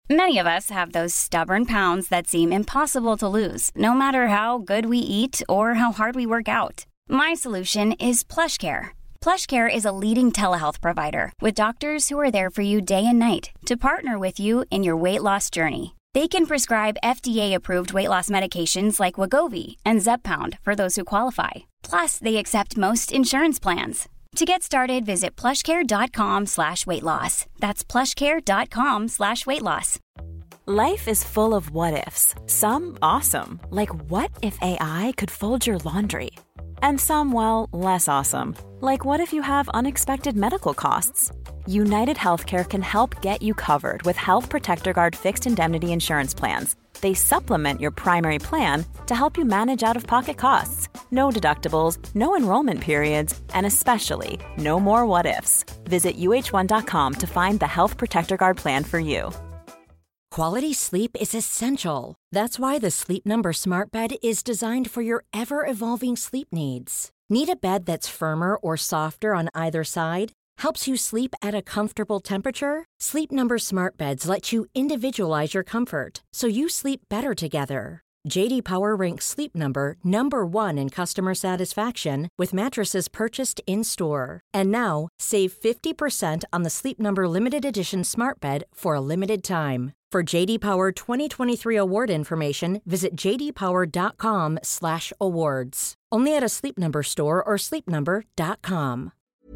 Many of us have those stubborn pounds that seem impossible to lose, no matter how good we eat or how hard we work out. My solution is PlushCare. PlushCare is a leading telehealth provider with doctors who are there for you day and night to partner with you in your weight loss journey. They can prescribe FDA-approved weight loss medications like Wegovy and Zepbound for those who qualify. Plus, they accept most insurance plans. To get started, visit plushcare.com/weightloss. That's plushcare.com/weightloss. Life is full of what-ifs. Some awesome, like what if AI could fold your laundry? And some, well, less awesome, like what if you have unexpected medical costs? United Healthcare can help get you covered with Health Protector Guard fixed indemnity insurance plans. They supplement your primary plan to help you manage out-of-pocket costs. No deductibles, no enrollment periods, and especially no more what-ifs. Visit uh1.com to find the Health Protector Guard plan for you. Quality sleep is essential. That's why the Sleep Number Smart Bed is designed for your ever-evolving sleep needs. Need a bed that's firmer or softer on either side? Helps you sleep at a comfortable temperature? Sleep Number Smart Beds let you individualize your comfort so you sleep better together. J.D. Power ranks Sleep Number #1 in customer satisfaction with mattresses purchased in-store. And now, save 50% on the Sleep Number Limited Edition Smart Bed for a limited time. For J.D. Power 2023 award information, visit jdpower.com/awards. Only at a Sleep Number store or sleepnumber.com.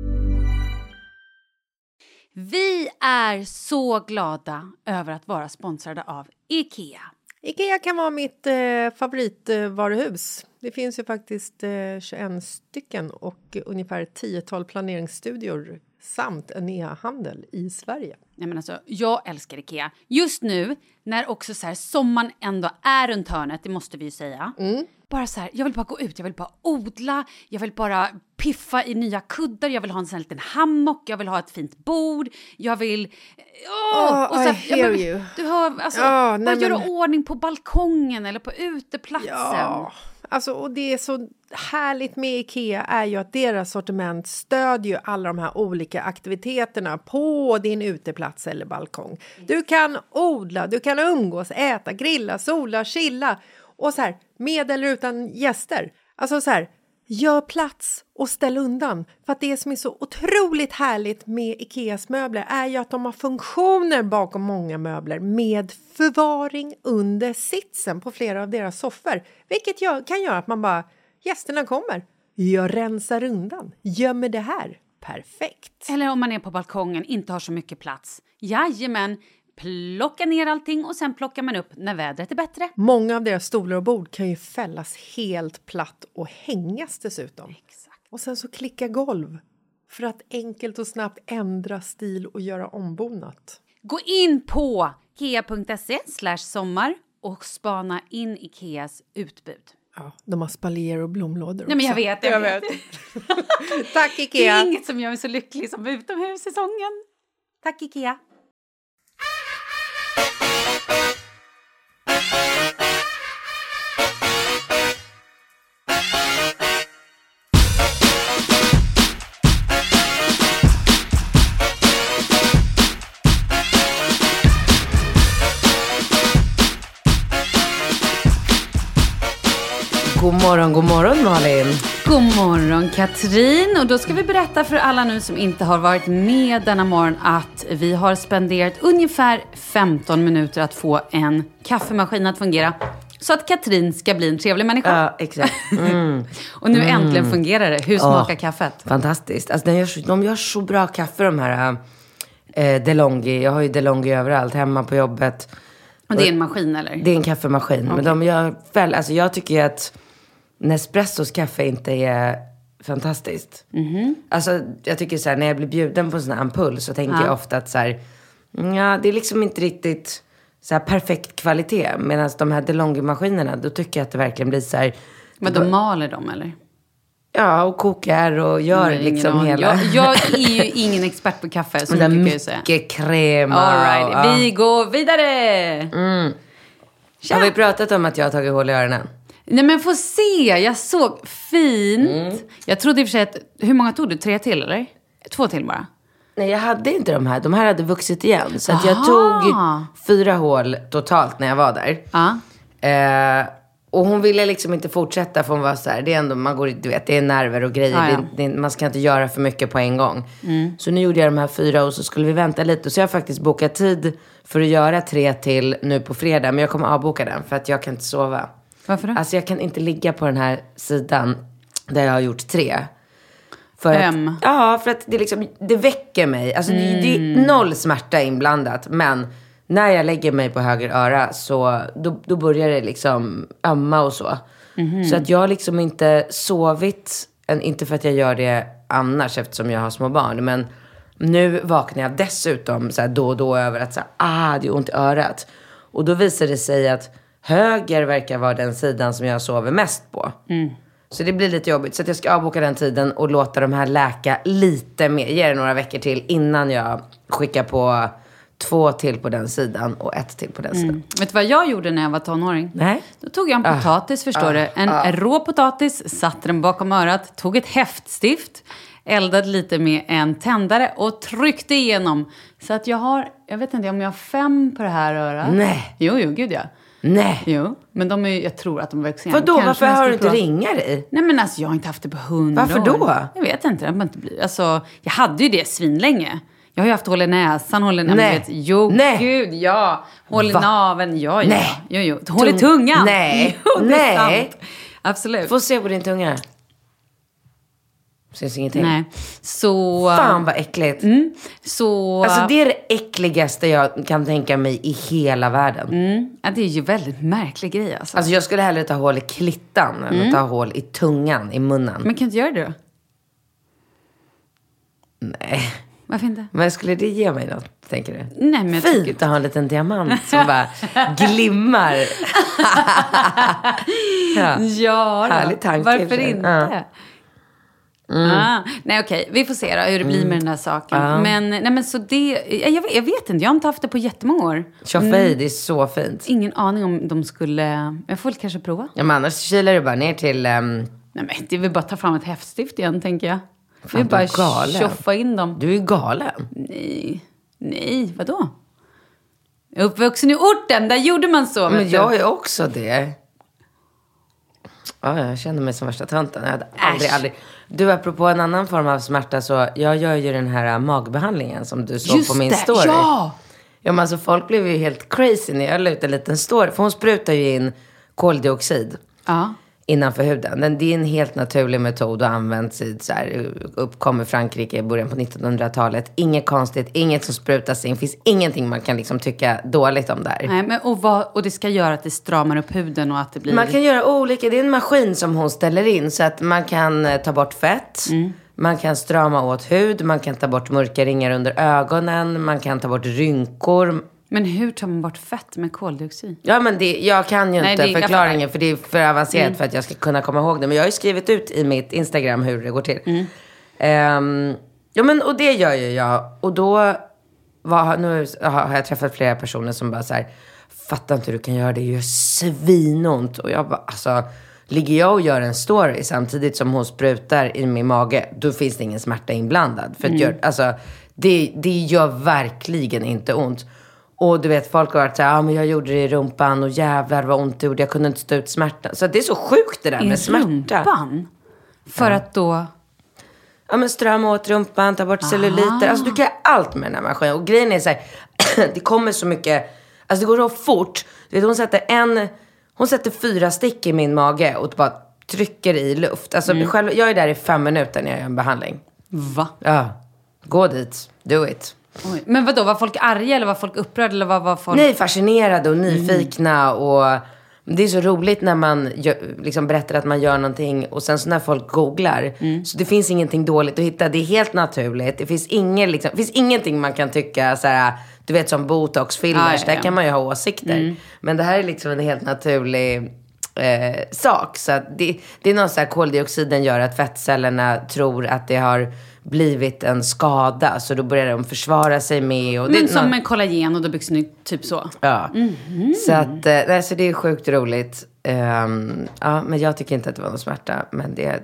Vi är så glada över att vara sponsrade av IKEA. IKEA kan vara mitt favoritvaruhus. Det finns ju faktiskt 21 stycken och ungefär 10-tal planeringsstudior samt en e-handel i Sverige. Nej, men alltså, jag älskar IKEA. Just nu, när också så här, sommaren ändå är runt hörnet, det måste vi ju säga. Bara så här, jag vill bara gå ut, jag vill bara odla, jag vill bara piffa i nya kuddar, jag vill ha en sån här liten hammock, jag vill ha ett fint bord, jag vill... och så här, I hear you. Du hör, alltså, bara göra ordning på balkongen eller på uteplatsen. Ja, alltså, och det är så härligt med IKEA är ju att deras sortiment stödjer ju alla de här olika aktiviteterna på din uteplats eller balkong. Du kan odla, du kan umgås, äta, grilla, sola, chilla och så här, med eller utan gäster. Alltså så här, gör plats och ställ undan. För att det som är så otroligt härligt med IKEAs möbler är ju att de har funktioner bakom många möbler med förvaring under sitsen på flera av deras soffor. Vilket kan göra att man bara, gästerna kommer. Jag rensar undan, gömmer det här. Perfekt. Eller om man är på balkongen, inte har så mycket plats. Jajamän, plocka ner allting och sen plockar man upp när vädret är bättre. Många av deras stolar och bord kan ju fällas helt platt och hängas dessutom. Exakt. Och sen så klicka golv för att enkelt och snabbt ändra stil och göra ombonat. Gå in på ikea.se/sommar och spana in IKEAs utbud. Ja, de har spaljer och blomlådor också. Nej, men jag vet. Tack IKEA. Det är inget som gör mig så lycklig som utomhussäsongen. Tack IKEA. God morgon Malin. God morgon Katrin. Och då ska vi berätta för alla nu som inte har varit med denna morgon att vi har spenderat ungefär 15 minuter att få en kaffemaskin att fungera. Så att Katrin ska bli en trevlig människa. Ja, exakt. Och nu äntligen fungerar det. Hur smakar kaffet? Fantastiskt. Alltså, de gör så bra kaffe, de här DeLonghi. Jag har ju DeLonghi överallt, hemma på jobbet. Och det är en maskin eller? Det är en kaffemaskin. Okay. Men de gör väl, alltså jag tycker ju att Nespressos kaffe inte är fantastiskt. Alltså jag tycker så här, när jag blir bjuden på en sån här ampull så tänker jag ofta att så här, ja, det är liksom inte riktigt så här perfekt kvalitet. Medan de här DeLonghi-maskinerna, då tycker jag att det verkligen blir så här. Men de maler dem eller? Ja, och kokar och gör liksom hela. Jag är ju ingen expert på kaffe. Så mycket kräm. All right, vi går vidare. Har vi pratat om att jag har tagit hål i öronen? Nej, men få se. Jag såg fint. Jag trodde i och för sig att... Hur många tog du? 3 till eller? 2 till bara? Nej, jag hade inte de här. De här hade vuxit igen. Så att jag tog 4 hål totalt när jag var där. Och hon ville liksom inte fortsätta, för hon var så här, det är ändå, man går, du vet, det är nerver och grejer. Man ska inte göra för mycket på en gång. Så nu gjorde jag de här 4 och så skulle vi vänta lite. Så jag har faktiskt bokat tid för att göra 3 till nu på fredag. Men jag kommer avboka den för att jag kan inte sova. Varför då? Alltså jag kan inte ligga på den här sidan där jag har gjort 3. För att det liksom, det väcker mig. Alltså det är 0 smärta inblandat. Men när jag lägger mig på höger öra så då börjar det liksom amma och så. Så att jag har liksom inte sovit, inte för att jag gör det annars eftersom jag har små barn. Men nu vaknar jag dessutom så här då och då över att så här, det är ont i örat. Och då visar det sig att höger verkar vara den sidan som jag sover mest på. Så det blir lite jobbigt. Så att jag ska avboka den tiden och låta de här läka lite mer. Ge det några veckor till innan jag skickar på 2 till på den sidan och 1 till på den sidan. Vet du vad jag gjorde när jag var tonåring? Nej. Då tog jag en potatis, förstår du. En rå potatis, satte den bakom örat, tog ett häftstift, eldade lite med en tändare och tryckte igenom. Så att jag vet inte om jag har 5 på det här örat. Nej. Jo, gud ja. Nej. Jo, men jag tror att de växer igen. Vadå? Varför har du inte ringar i? Nej, men alltså jag har inte haft det på 100 Varför då? år. Jag vet inte. Alltså, jag hade ju det svinlänge. Jag har ju haft hål i näsan, hål i naveln. Jo, gud, ja. Hål i naveln, ja. Jo. Hål i tungan. Nej. Jo, det är sant. Absolut. Få se på din tunga. Syns ingenting. Nej. Så... Fan vad äckligt. Så... Alltså det är det äckligaste jag kan tänka mig i hela världen. Ja, det är ju väldigt märklig grej alltså. Alltså jag skulle hellre ta hål i klittan än att ta hål i tungan, i munnen. Men kan du inte göra det då? Nej. Varför inte? Men skulle det ge mig något, tänker du? Nej, men fint att ha en liten diamant som bara glimmar. Ja, härlig tanke. Varför inte? Nej, okej. Vi får se då hur det blir med den här saken. Men så det... Jag vet inte. Jag har inte haft det på jättemånga år. Tjoffej, det är så fint. Ingen aning om de skulle... Jag får väl kanske prova. Ja, men annars kilar du bara ner till... Nej, men det vill bara ta fram ett häftstift igen, tänker jag. Fan, vi bara tjoffa in dem. Du är galen. Nej, vadå? Jag är uppvuxen i orten, där gjorde man så. Men jag är också det. Ja, jag kände mig som värsta tönten. Jag hade aldrig... Du, apropå en annan form av smärta, så jag gör ju den här magbehandlingen som du såg på min story. Ja, men alltså folk blev ju helt crazy när jag la ut en liten story. För hon sprutar ju in koldioxid innanför huden. Det är en helt naturlig metod och används i uppkom i Frankrike i början på 1900-talet. Inget konstigt, inget som sprutas in. Finns ingenting man kan liksom tycka dåligt om där. Nej, men och det ska göra att det stramar upp huden och att det blir... Man kan göra olika. Det är en maskin som hon ställer in så att man kan ta bort fett. Man kan strama åt hud. Man kan ta bort mörka ringar under ögonen. Man kan ta bort rynkor. Men hur tar man bort fett med koldioxid? Ja, men jag kan ju inte förklaringen för det är för avancerat för att jag ska kunna komma ihåg det. Men jag har ju skrivit ut i mitt Instagram hur det går till. Ja, men och det gör ju jag. Och då nu har jag träffat flera personer som bara så här, fattar inte hur du kan göra det, gör svinont. Och jag bara, alltså, ligger jag och gör en story samtidigt som hon sprutar i min mage, då finns det ingen smärta inblandad. För att det gör verkligen inte ont. Och du vet, folk har varit så här, men jag gjorde det i rumpan och jävlar vad ont det gjorde. Jag kunde inte stå ut smärta. Så det är så sjukt det där med smärta. I rumpan? För att då... Ja, men strömma åt rumpan, ta bort celluliter. Alltså du kan göra allt med den här maskinen. Och grejen är så här, det kommer så mycket... Alltså det går så fort. Du vet, hon sätter 4 stick i min mage och bara trycker i luft. Alltså själv, jag är där i 5 minuter när jag gör en behandling. Va? Ja, gå dit. Do it. Oj. Men vadå, var folk arga eller var folk upprörda eller var folk... Nej, fascinerade och nyfikna och det är så roligt när man liksom berättar att man gör någonting och sen så när folk googlar så det finns ingenting dåligt att hitta, det är helt naturligt. Det finns finns ingenting man kan tycka så här, du vet som botox-fillers, där kan man ju ha åsikter. Men det här är liksom en helt naturlig sak, så att det är något så här, koldioxiden gör att fettcellerna tror att det har blivit en skada, så då börjar de försvara sig med och men som en kollagen och då byggs ni typ så. Ja. Så att så det är sjukt roligt. Ja, men jag tycker inte att det var någon smärta, men det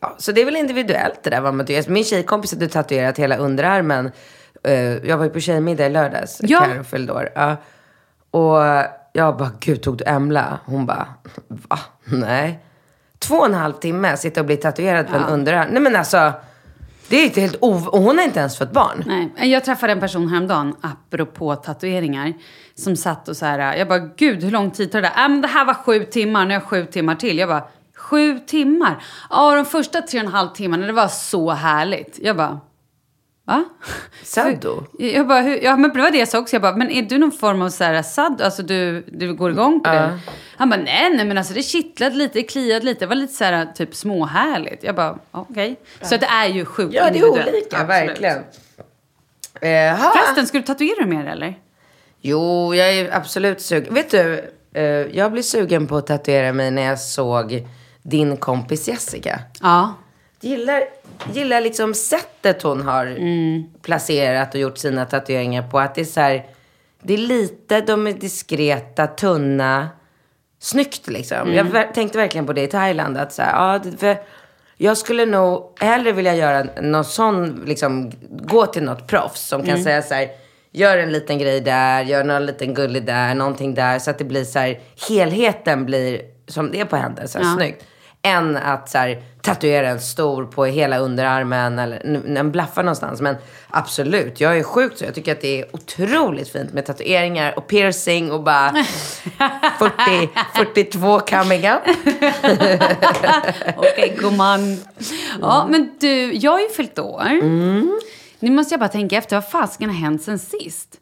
Ja, så det är väl individuellt det där vad man tycker. Min tjejkompis hade tatuerat hela underarmen. Jag var ju på tjejmiddag i lördags. Ja. Karo fyllde år. Ja. Och jag bara, gud, tog du Emla? Hon bara, va? Nej. 2,5 timme sitta och bli tatuerad på en underarm. Nej men alltså, det är inte helt och hon har inte ens fått barn. Nej, jag träffade en person häromdagen, apropå tatueringar, som satt och så här, jag bara, gud, hur lång tid tar det där? Men det här var 7 timmar, nu har jag 7 timmar till. Jag bara, 7 timmar? Ja, de första 3,5 timmarna, det var så härligt. Jag bara, va? Saddo? Jag bara, ja men det var det jag sa också. Jag bara, men är du någon form av så här saddo? Alltså du går igång på det? Han bara, nej men alltså det kittlade lite, det kliade lite. Det var lite så här typ småhärligt. Jag bara, okej. Så det är ju sjukt individuellt. Ja, det är olika, absolut. Verkligen. Förresten, ska du tatuera mer eller? Jo, jag är absolut sugen. Vet du, jag blev sugen på att tatuera mig när jag såg din kompis Jessica. Ja. Gillar liksom sättet hon har placerat och gjort sina tatueringar på. Att det är så här, det är lite, de är diskreta, tunna, snyggt liksom. Jag tänkte verkligen på det i Thailand. Att så här, för jag skulle nog hellre vilja göra någon sån, liksom, gå till något proffs som kan säga så här, gör en liten grej där, gör någon liten gullig där, någonting där. Så att det blir så här, helheten blir som det är på händerna, så här, snyggt. Än att så här, tatuera en stor på hela underarmen eller en blaffa någonstans. Men absolut, jag är sjukt så. Jag tycker att det är otroligt fint med tatueringar och piercing och bara 42 coming up. Okej, gumman. Ja, men du, jag har ju fyllt år. Nu måste jag bara tänka efter, vad fasken har hänt sen sist?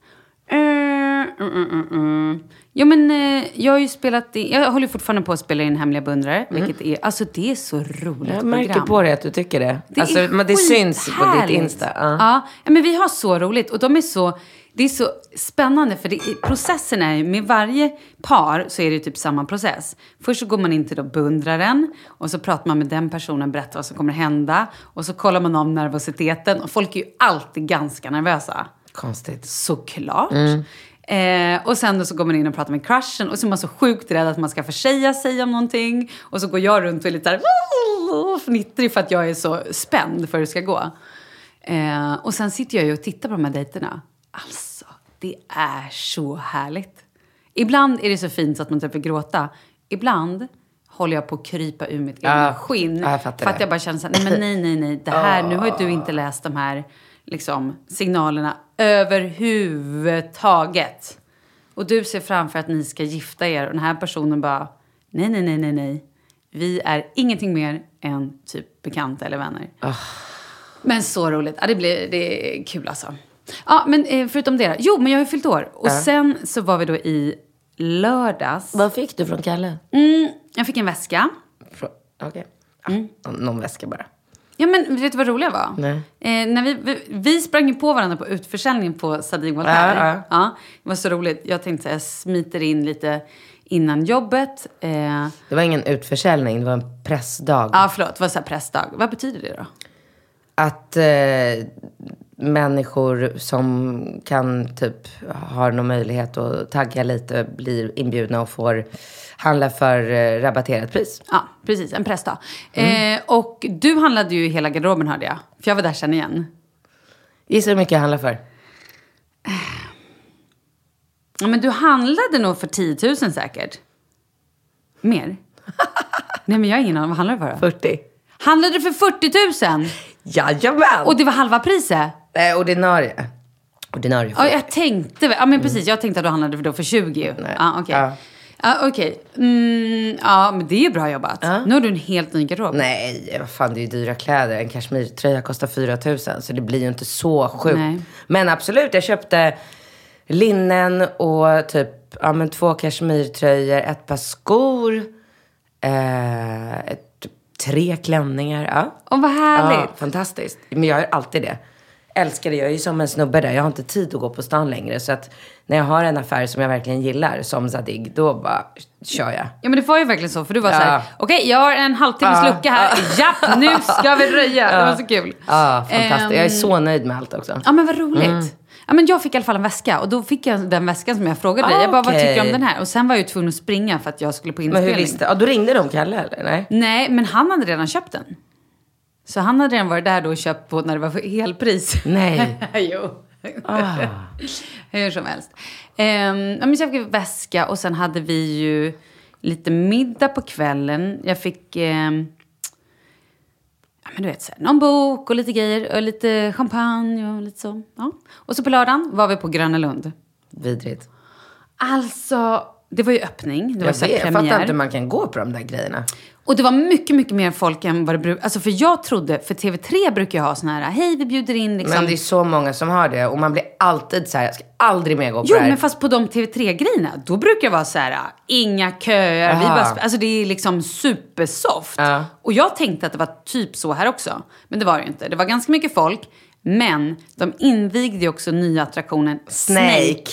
Ja, men jag har ju spelat in, jag håller fortfarande på att spela in Hemliga beundrare, vilket är, alltså det är så roligt. Jag märker på det att du tycker det. Alltså, men det syns på ditt Insta. Ja, men vi har så roligt och det är så spännande för processen är ju, med varje par så är det typ samma process. Först så går man in till då beundraren och så pratar man med den personen, berättar vad som kommer hända och så kollar man om nervositeten och folk är ju alltid ganska nervösa. Konstigt. Såklart. Och sen då så går man in och pratar med crushen och så är man så sjukt rädd att man ska försäga sig om någonting och så går jag runt och är lite där fnittrig för att jag är så spänd för hur det ska gå. Och sen sitter jag ju och tittar på de här dejterna. Alltså, det är så härligt. Ibland är det så fint så att man typ vill gråta. Ibland håller jag på att krypa ur mitt egna skinn. För att jag bara känner så här, nej. Det här, nu har ju du inte läst de här liksom, signalerna överhuvudtaget. Och du ser framför att ni ska gifta er. Och den här personen bara, nej. Vi är ingenting mer än typ bekanta eller vänner. Men så roligt. Ja, det är kul alltså. Ja, men förutom det då. Jo, men jag har ju fyllt år. Och sen så var vi då i lördags. Vad fick du från Kalle? Jag fick en väska. Okej. Någon väska bara. Ja, men vet du vad roliga var? Nej. När vi sprang ju på varandra på utförsäljning på Sardin Voltaire. Ja, det var så roligt. Jag tänkte att jag smiter in lite innan jobbet. Det var ingen utförsäljning, det var en pressdag. Ja, förlåt. Det var så här pressdag. Vad betyder det då? Att människor som kan typ har någon möjlighet att tagga lite blir inbjudna och får handla för rabatterat pris. Ja, precis. En pressdag. Och du handlade ju hela garderoben, hörde jag. För jag var där sen igen. Gissa hur mycket jag handlar för? Ja, men du handlade nog för 10 000 säkert. Mer? Nej, men jag har ingen aning. Vad handlar du för då? 40. Handlade du för 40 000? Jajamän! Och det var halva priset? Nej, ordinarie. Ja, jag tänkte... Ja, men precis. Jag tänkte att du handlade för 20. Nej. Ja, okej. Ja, okej. Ja, men det är ju bra jobbat. Nu har du en helt ny garderob. Nej, vad fan, det är ju dyra kläder. En kashmirtröja kostar 4 000. Så det blir ju inte så sjukt. Nej. Men absolut, jag köpte linnen och typ 2 kashmirtröjor, ett par skor, 3 klänningar. Ja. Åh, vad härligt. Ja, fantastiskt. Men jag gör alltid det. Älskar det. Jag är ju som en snubbe där. Jag har inte tid att gå på stan längre. Så att när jag har en affär som jag verkligen gillar, som Zadig, då bara kör jag. Ja, men det var ju verkligen så. För du var så här, okej, jag har en halvtimmes lucka här. Japp, nu ska vi röja. Det var så kul. Ja, fantastiskt. Jag är så nöjd med allt också. Ja, men vad roligt. Ja, men jag fick i alla fall en väska. Och då fick jag den väskan som jag frågade dig. Jag bara, vad tycker du om den här? Och sen var jag ju tvungen att springa för att jag skulle på inspelning. Men hur visste? Ja, då ringde de Kalle eller? Nej, men han hade redan köpt den. Så han hade redan varit där då och köpt på när det var för helpris. Nej. Jo. Hur som helst. Men så jag fick väska och sen hade vi ju lite middag på kvällen. Jag fick men du vet så här, någon bok och lite grejer och lite champagne och lite så. Ja. Och så på lördagen var vi på Gröna Lund. Vidrigt. Alltså, det var ju öppning. Det var så här premiär. Jag fattar inte hur man kan gå på de där grejerna. Och det var mycket, mycket mer folk än vad det brukar. Alltså för jag trodde, för TV3 brukar ju ha sån här, hej vi bjuder in liksom. Men det är så många som har det. Och man blir alltid så här, jag ska aldrig mer gå på det här. Jo, men fast på de TV3-grejerna, då brukar det vara så här, inga köer. Vi bara, alltså det är liksom supersoft. Och jag tänkte att det var typ så här också. Men det var det inte. Det var ganska mycket folk. Men de invigde ju också nya attraktionen Snake.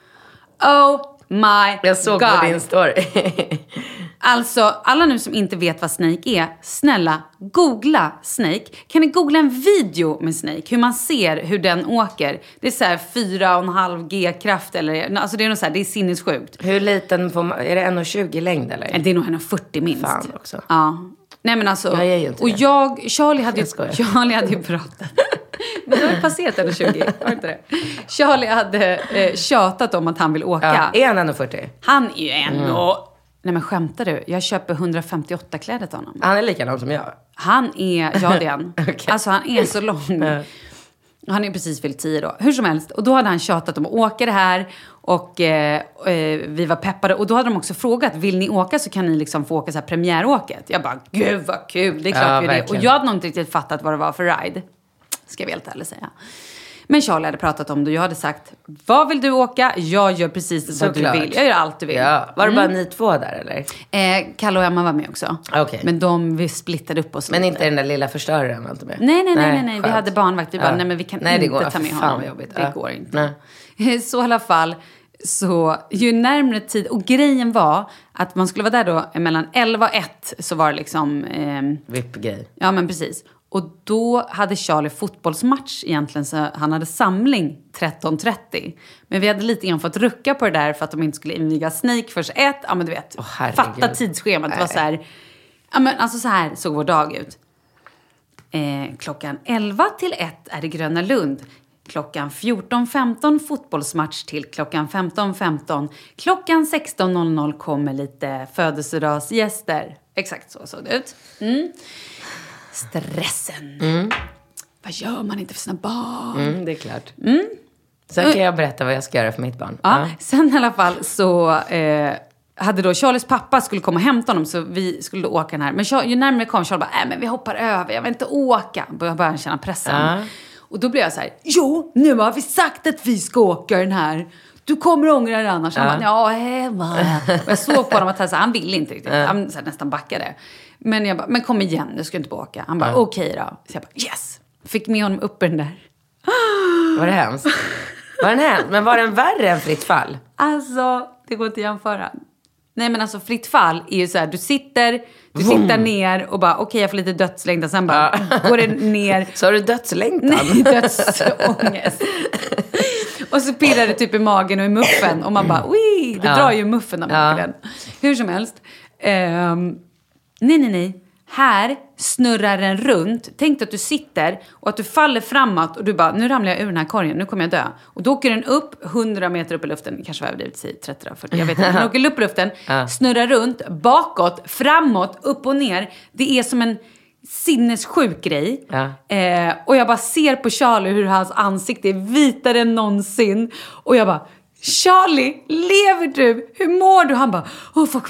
Oh my Jag såg God. på din story. Alltså, alla nu som inte vet vad Snake är, snälla, googla Snake. Kan ni googla en video med Snake? Hur man ser hur den åker. Det är så här 4,5 G-kraft eller, alltså det är nog så här, det är sinnessjukt. Hur liten får man, är det 1,20 i längd eller? Det är nog 1,40 minst. Fan också. Ja. Nej men alltså, jag är ju inte och det. Charlie hade ju pratat. Men det har ju passerat 1,20, var inte det? Charlie hade tjatat om att han vill åka. Är han 1,40? Han är ju Nej men skämtar du? Jag köper 158 kläder till honom. Han är lika lång som jag. Han är, ja det är han. Okay. Alltså han är så lång. Han är precis fyllt 10 då. Hur som helst. Och då hade han tjatat om att åka det här. Och vi var peppade. Och då hade de också frågat, vill ni åka så kan ni liksom få åka så här premiäråket. Jag bara, gud vad kul. Det är klart vi är det. Och jag hade nog inte riktigt fattat vad det var för ride. Ska jag helt ärligt säga. Men Charlie hade pratat om det. Jag hade sagt, vad vill du åka? Jag gör precis vad du vill. Jag gör allt du vill. Ja. Var det bara ni två där eller? Kalle och Emma var med också. Okay. Men vi splittade upp oss. Men lite. inte den där lilla förstöraren var inte med? Nej. Vi hade barnvakt. Vi bara, nej men vi kan inte ta med honom. Jobbigt. Det går inte. Nej. Så i alla fall. Så ju närmare tid. Och grejen var att man skulle vara där då mellan 11 och 1. Så var det liksom VIP-grej. Ja men precis. Och då hade Charlie fotbollsmatch egentligen, så han hade samling 13.30. Men vi hade lite grann fått rucka på det där för att de inte skulle inviga Snake först 1. Ja men du vet, fatta tidsschemat. Det var så här, ja men alltså så här såg vår dag ut. Klockan 11 till 1 är det Gröna Lund. Klockan 14.15 fotbollsmatch till klockan 15.15. Klockan 16.00 kommer lite födelsedagsgäster. Exakt så såg det ut. Stressen. Vad gör man inte för sina barn? Det är klart. Sen kan jag berätta vad jag ska göra för mitt barn. Ja. Sen i alla fall så hade då Charlies pappa skulle komma och hämta honom. Så vi skulle då åka den här. Men ju närmare kom Charlie bara, men vi hoppar över. Jag vill inte åka. Jag började känna pressen. Och då blev jag så här, jo, nu har vi sagt att vi ska åka den här. Du kommer ångra det annars. Han bara, och jag såg på honom att han ville inte riktigt. Han så här, nästan backade. Men jag bara, men kom igen, du ska inte åka. Han bara, okej då. Så jag bara, yes. Fick med honom upp i den där. Var det hemskt? Var den hemskt? Men var den värre än Fritt fall? Alltså, det går inte att jämföra. Nej men alltså Fritt fall är ju så här, du sitter ner och bara, okej, jag får lite dödslängtan. Sen bara går det ner. Så har du dödslängtan? Nej, dödsångest. Och så pirrar det typ i magen och i muffen. Och man bara, oj, det drar ju muffen av den. Hur som helst. Nej. Här snurrar den runt. Tänk att du sitter och att du faller framåt. Och du bara, nu ramlar jag ur den här korgen. Nu kommer jag dö. Och då åker den upp 100 meter upp i luften. Kanske var det 30-40. Jag vet inte. Den åker upp i luften. Snurrar runt. Bakåt. Framåt. Upp och ner. Det är som en sinnessjuk grej. Och jag bara ser på Charlie hur hans ansikte är vitare än någonsin. Och jag bara, Charlie, lever du? Hur mår du? Han bara, fuck.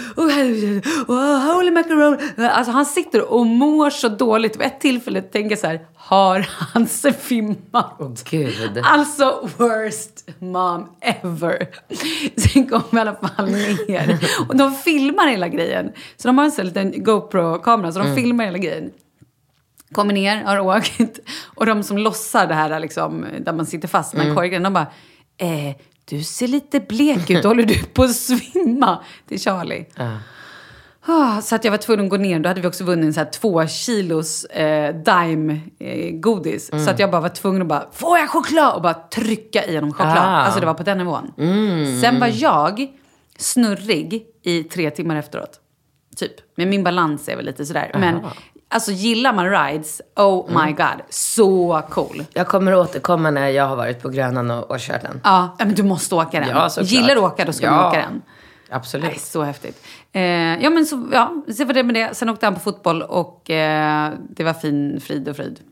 Holy macaron. Alltså han sitter och mår så dåligt. Vid ett tillfälle tänker jag så här, har han svimmat? Gud. Alltså worst mom ever. Sen kom vi i alla fall ner. Och de filmar hela grejen. Så de har en sån liten GoPro-kamera. Så de filmar hela grejen. Kommer ner, har åkt. Och de som lossar det här liksom, där man sitter fast med korgen, de bara, du ser lite blek ut, håller du på att svimma? Till Charlie. Så att jag var tvungen att gå ner. Då hade vi också vunnit en så här 2 kilos Dime-godis. Så att jag bara var tvungen att bara, får jag choklad? Och bara trycka i honom choklad. Alltså det var på den nivån. Sen var jag snurrig i 3 timmar efteråt. Typ. Men min balans är väl lite sådär. Men Alltså gillar man rides, oh my god, så cool. Jag kommer återkomma när jag har varit på Grönan och kört den. Ja, men du måste åka den. Ja, såklart. Gillar du åka, då ska du åka den. Absolut. Nej, så häftigt. Ja, men så, ja, se vad det med det. Sen åkte han på fotboll och det var fin frid och fröjd.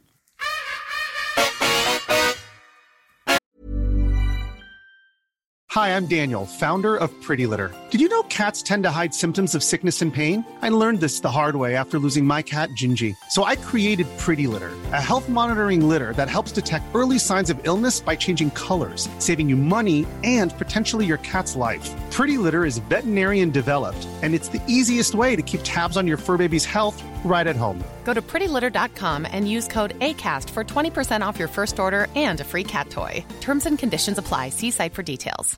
Hi, I'm Daniel, founder of Pretty Litter. Did you know cats tend to hide symptoms of sickness and pain? I learned this the hard way after losing my cat, Gingy. So I created Pretty Litter, a health monitoring litter that helps detect early signs of illness by changing colors, saving you money and potentially your cat's life. Pretty Litter is veterinarian developed, and it's the easiest way to keep tabs on your fur baby's health right at home. Go to prettylitter.com and use code ACAST for 20% off your first order and a free cat toy. Terms and conditions apply. See site for details.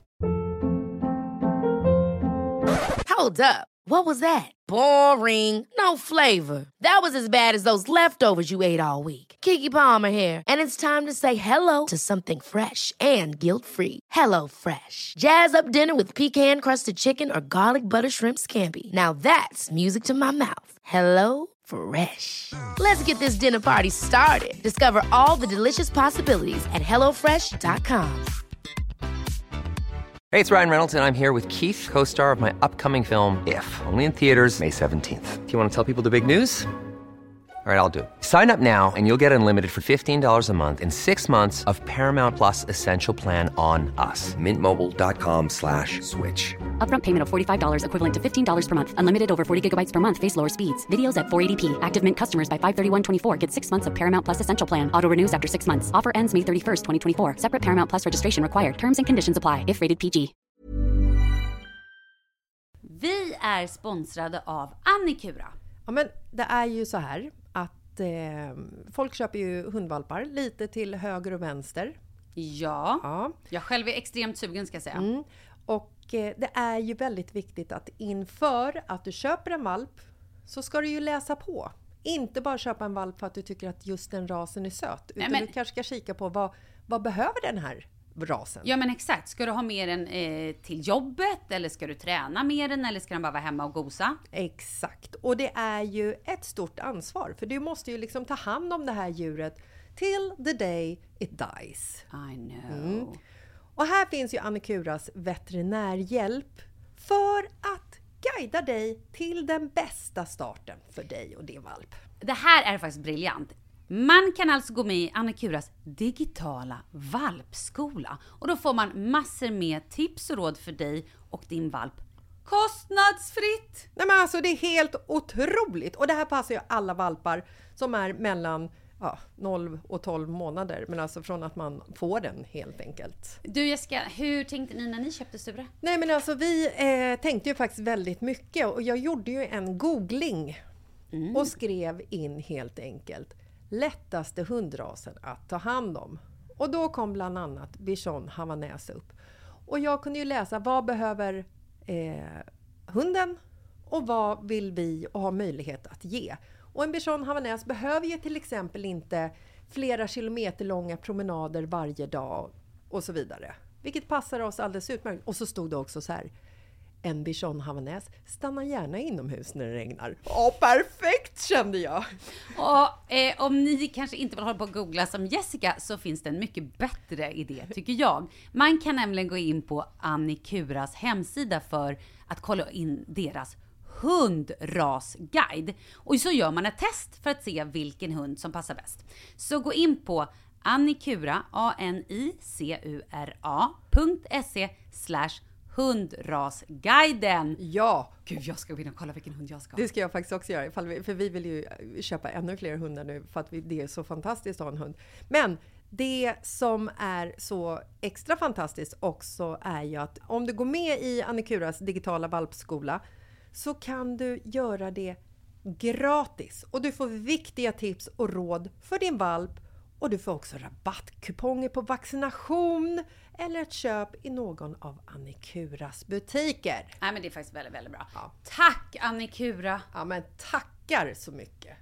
Hold up. What was that? Boring. No flavor. That was as bad as those leftovers you ate all week. Keke Palmer here, and it's time to say hello to something fresh and guilt-free. Hello Fresh. Jazz up dinner with pecan-crusted chicken or garlic butter shrimp scampi. Now that's music to my mouth. Hello Fresh. Let's get this dinner party started. Discover all the delicious possibilities at hellofresh.com. Hey, it's Ryan Reynolds, and I'm here with Keith, co-star of my upcoming film, If, only in theaters May 17th. Do you want to tell people the big news? All right, I'll do it. Sign up now and you'll get unlimited for $15 a month and 6 months of Paramount Plus Essential Plan on us. MintMobile.com/switch. Upfront payment of $45 equivalent to $15 per month. Unlimited over 40 gigabytes per month. Face lower speeds. Videos at 480p. Active Mint customers by 531.24 get 6 months of Paramount Plus Essential Plan. Auto renews after 6 months. Offer ends May 31st, 2024. Separate Paramount Plus registration required. Terms and conditions apply if rated PG. Vi är sponsrade av Annikura. Ja, men det är ju så här att folk köper ju hundvalpar lite till höger och vänster. Ja. Jag själv är extremt sugen, ska jag säga. Och det är ju väldigt viktigt att inför att du köper en valp så ska du ju läsa på. Inte bara köpa en valp för att du tycker att just den rasen är söt. Utan du kanske ska kika på vad behöver den här rasen. Ja, men exakt. Ska du ha med den till jobbet, eller ska du träna med den, eller ska den bara vara hemma och gosa? Exakt. Och det är ju ett stort ansvar. För du måste ju liksom ta hand om det här djuret till the day it dies. I know. Och här finns ju Annikuras veterinärhjälp för att guida dig till den bästa starten för dig och din valp. Det här är faktiskt briljant. Man kan alltså gå med i Annikuras digitala valpskola. Och då får man massor med tips och råd för dig och din valp. Kostnadsfritt! Nej, men alltså det är helt otroligt. Och det här passar ju alla valpar som är mellan 0 och 12 månader. Men alltså från att man får den helt enkelt. Du Jessica, hur tänkte ni när ni köpte Sture? Nej, men alltså vi tänkte ju faktiskt väldigt mycket. Och jag gjorde ju en googling. Och skrev in helt enkelt lättaste hundrasen att ta hand om. Och då kom bland annat Bichon Havanäs upp. Och jag kunde ju läsa vad behöver hunden och vad vill vi och ha möjlighet att ge. Och en Bichon Havanäs behöver ju till exempel inte flera kilometer långa promenader varje dag och så vidare. Vilket passar oss alldeles utmärkt. Och så stod det också så här: en Bichon Havanäs stannar gärna inomhus när det regnar. Perfekt, kände jag. Och om ni kanske inte vill hålla på att googla som Jessica, så finns det en mycket bättre idé, tycker jag. Man kan nämligen gå in på Annikuras hemsida för att kolla in deras hundrasguide. Och så gör man ett test för att se vilken hund som passar bäst. Så gå in på Annikura, anicura.se/hundrasguiden. Ja. Gud, jag ska gå in och kolla vilken hund jag ska ha. Det ska jag faktiskt också göra. För vi vill ju köpa ännu fler hundar nu. För att det är så fantastiskt att ha en hund. Men det som är så extra fantastiskt också är ju att om du går med i Annikuras digitala valpskola så kan du göra det gratis. Och du får viktiga tips och råd för din valp. Och du får också rabattkuponger på vaccination eller ett köp i någon av Annikuras butiker. Nej, men det är faktiskt väldigt, väldigt bra. Ja. Tack Annikura! Ja, men tackar så mycket.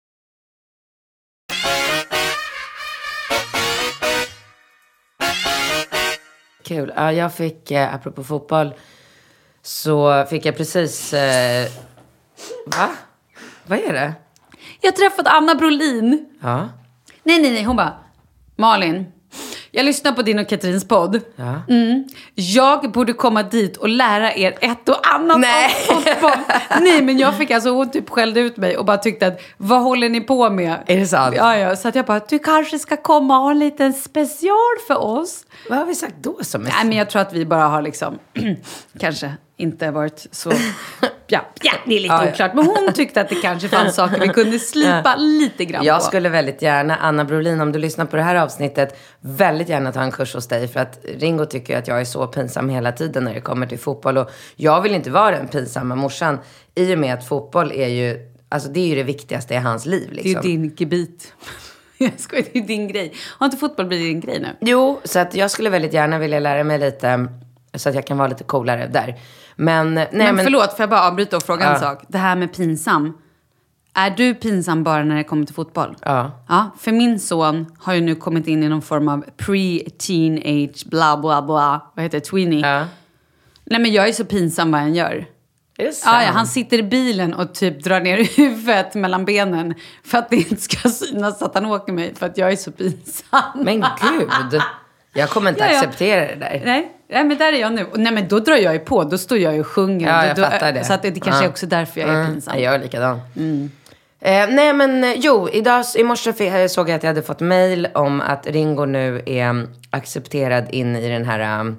Kul. Ja, jag fick, apropå fotboll, så fick jag precis... Va? Vad är det? Jag träffade Anna Brolin. Ja. Nej. Hon bara, Malin, jag lyssnar på din och Katrins podd. Ja. Jag borde komma dit och lära er ett och annat om fotboll. Nej, men jag fick hon typ skällde ut mig och bara tyckte att, vad håller ni på med? Är det sant? Ja. Så att jag bara, du kanske ska komma och ha en liten special för oss. Vad har vi sagt då som är... Nej, men jag tror att vi bara har liksom kanske inte varit så... Ja, det är lite oklart. Men hon tyckte att det kanske fanns saker vi kunde slipa lite grann på. Jag skulle väldigt gärna, Anna Brolin, om du lyssnar på det här avsnittet, väldigt gärna ta en kurs hos dig. För att Ringo tycker att jag är så pinsam hela tiden när det kommer till fotboll. Och jag vill inte vara den pinsamma morsan. I och med att fotboll är ju, alltså det är ju det viktigaste i hans liv. Liksom. Det är ju din gebit. Jag skojar, det är din grej. Har inte fotboll blivit din grej nu? Jo, så att jag skulle väldigt gärna vilja lära mig lite, så att jag kan vara lite coolare där. Men förlåt, får jag bara avbryta och fråga en sak? Det här med pinsam. Är du pinsam bara när det kommer till fotboll? Ja. Ja, för min son har ju nu kommit in i någon form av pre-teenage, bla bla bla. Vad heter det? Tweenie. Ja. Nej, men jag är så pinsam vad han gör. Är det sant? Ja, han sitter i bilen och typ drar ner huvudet mellan benen för att det inte ska synas att han åker mig, för att jag är så pinsam. Men gud, jag kommer inte acceptera det där. Nej, men där är jag nu. Nej, men då drar jag ju på. Då står jag ju och sjunger. Ja, jag fattar det. Så att det kanske är också därför jag är pinsam. Jag är likadan. Nej, men i morse såg jag att jag hade fått mejl om att Ringo nu är accepterad in i den här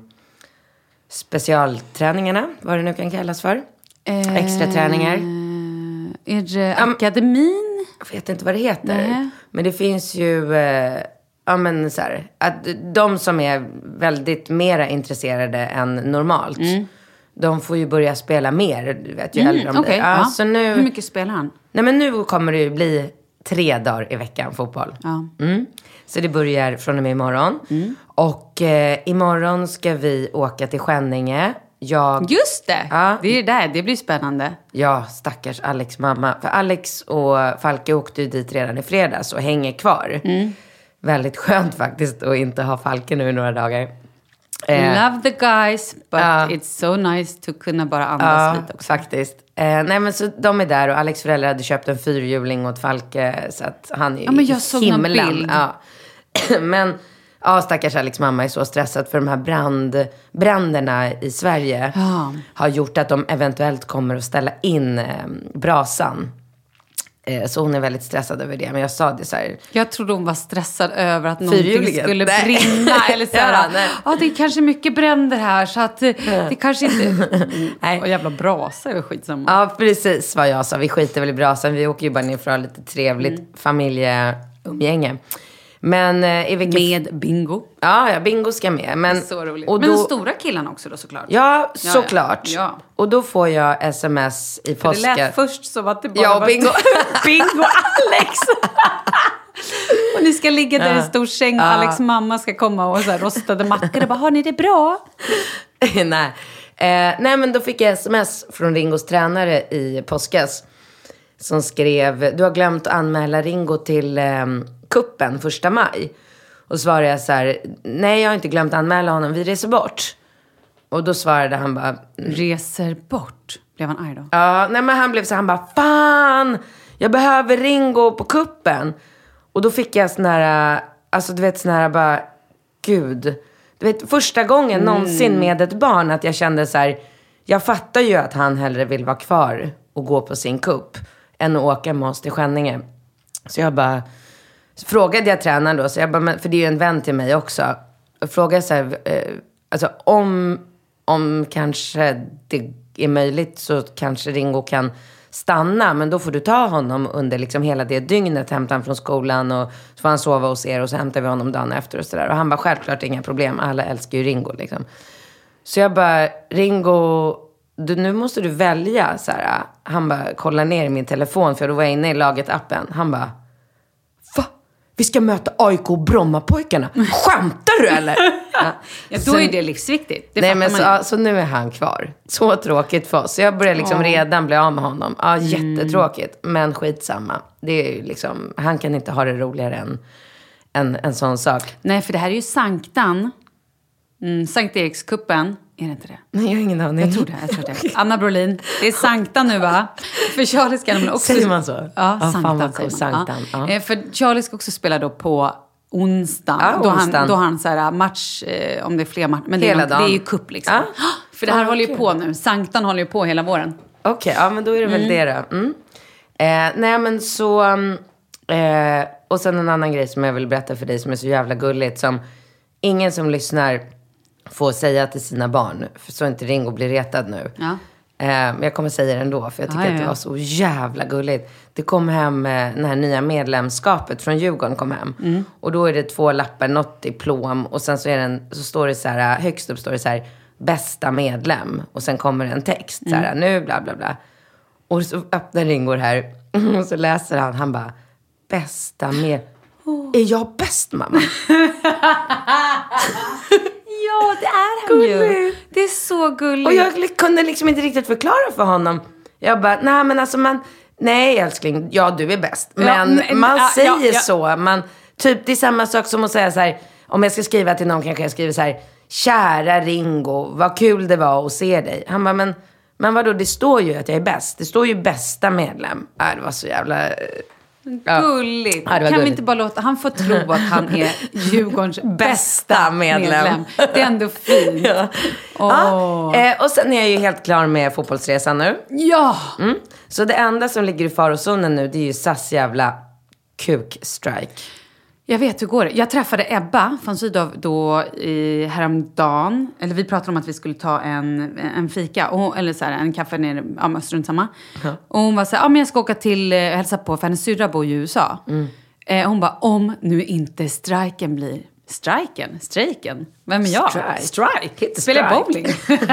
specialträningarna. Vad det nu kan kallas för. Extra träningar. Är det akademin? Jag vet inte vad det heter. Nej. Men det finns ju... men så här, att de som är väldigt mera intresserade än normalt, de får ju börja spela mer, vet ju äldre om det. Ja, så nu, hur mycket spelar han? Nej, men nu kommer det ju bli 3 dagar i veckan fotboll. Ja. Så det börjar från och med imorgon. Och imorgon ska vi åka till Skänninge. Just det! Ja. Det är där, det blir spännande. Ja, stackars Alex mamma. För Alex och Falke åkte ju dit redan i fredags och hänger kvar. Väldigt skönt faktiskt att inte ha Falke nu i några dagar. Love the guys, but it's so nice to kunna bara andas lite också. Faktiskt. Nej, men så de är där och Alex föräldrar hade köpt en 4-hjuling åt Falke, så att han är men jag såg någon bild. Ja. Men stackars Alex mamma är så stressad för de här bränderna i Sverige har gjort att de eventuellt kommer att ställa in brasan. Så hon är väldigt stressad över det. Men jag sa det så här. Jag trodde hon var stressad över att någonting skulle brinna. Eller så här. Det är kanske mycket bränder här. Så att det kanske inte... Nej. Och jävla brasa är väl skitsamma. Ja, precis vad jag sa. Vi skiter väl i brasan. Vi åker ju bara ner för att ha lite trevligt familjeumgänge. Men med bingo. Ja, bingo ska med. Men, så roligt. Och då, men de stora killarna också då såklart. Ja, såklart. Ja. Och då får jag sms i påsken. Det lät först som att det bara var... bingo. Bingo Alex! Och ni ska ligga där i stor säng och Alex mamma ska komma och så här rostade mackor. Och bara, har ni det bra? Nej. Nej, men då fick jag sms från Ringos tränare i påskas. Som skrev, du har glömt att anmäla Ringo till kuppen 1 maj. Och svarade jag så här, nej jag har inte glömt att anmäla honom, vi reser bort. Och då svarade han bara... Reser bort? Blev han arg då? Ja, nej men han blev så, han bara, fan! Jag behöver Ringo på kuppen. Och då fick jag sån här, alltså du vet sån här bara, gud. Du vet, första gången någonsin med ett barn att jag kände så här, jag fattar ju att han hellre vill vara kvar och gå på sin kupp än att åka med oss till Skänninge. Så jag bara... Så frågade jag tränaren då, så jag bara, för det är ju en vän till mig också. Och frågade så här, alltså om kanske det är möjligt så kanske Ringo kan stanna. Men då får du ta honom under liksom hela det dygnet, hämta honom från skolan och så får han sova hos er och så hämtar vi honom dagen efter och sådär. Och han bara, självklart inga problem, alla älskar ju Ringo liksom. Så jag bara, Ringo, nu måste du välja så här. Han bara, kolla ner i min telefon för då var jag inne i laget-appen. Han bara, va? Vi ska möta AIK och Brommapojkarna. Skämtar du eller? Ja, då är det livsviktigt. Det nej, men så nu är han kvar. Så tråkigt för oss. Så jag börjar liksom redan bli av med honom. Ja, jättetråkigt. Men skitsamma. Det är ju liksom, han kan inte ha det roligare än en sån sak. Nej, för det här är ju Sanktan. Sankt Erikskuppen. Är det inte det? Nej, jag har ingen aning. Jag tror det. Anna Brolin. Det är Sankta nu, va? För Charlie ska också... Säger man så? Ja, Sanktan. Sanktan. Ja. För Charlie ska också spela då på onsdagen. Då har han så här match, om det är fler matcher. Men det är ju cup liksom. För det här håller ju på nu. Sanktan håller ju på hela våren. Okej, ja men då är det väl det då. Nej men så... och sen en annan grej som jag vill berätta för dig som är så jävla gulligt. Som ingen som lyssnar får säga till sina barn. För så inte Ringo blir retad nu. Ja. Men jag kommer säga det ändå. För jag tycker att det var så jävla gulligt. Det kom hem, det här nya medlemskapet från Djurgården kom hem. Och då är det 2 lappar, något diplom. Och sen så, så står det så här, högst upp står det så här, bästa medlem. Och sen kommer en text så här, nu bla bla bla. Och så öppnar Ringo här. Och så läser han bara, bästa medlem. Är jag bäst, mamma? Ja, det är han ju. Det är så gulligt. Och jag kunde liksom inte riktigt förklara för honom. Jag bara, nej men alltså nej älskling, ja du är bäst. Men man säger så. Typ det är samma sak som att säga så här, om jag ska skriva till någon kanske jag skriver så här, kära Ringo, vad kul det var att se dig. Han bara, men vadå, det står ju att jag är bäst. Det står ju bästa medlem. Det var så jävla... Gulligt. Ja, kan vi inte bara låta han få tro att han är Djurgårdens bästa medlem. Det är ändå fint. Och sen är jag ju helt klar med fotbollsresan nu. Ja. Så det enda som ligger i farozonen nu, det är ju SAS jävla kukstrike. Jag vet hur går det. Jag träffade Ebba från Sydow då häromdagen. Eller vi pratade om att vi skulle ta en fika. Eller så här, en kaffe nere, strunt samma. Och hon var så här, men jag ska åka till hälsa på. För hennes syrra bor i USA. Hon bara, om nu inte striken blir... Strejken? Vem är jag? Strike. Spelar bowling.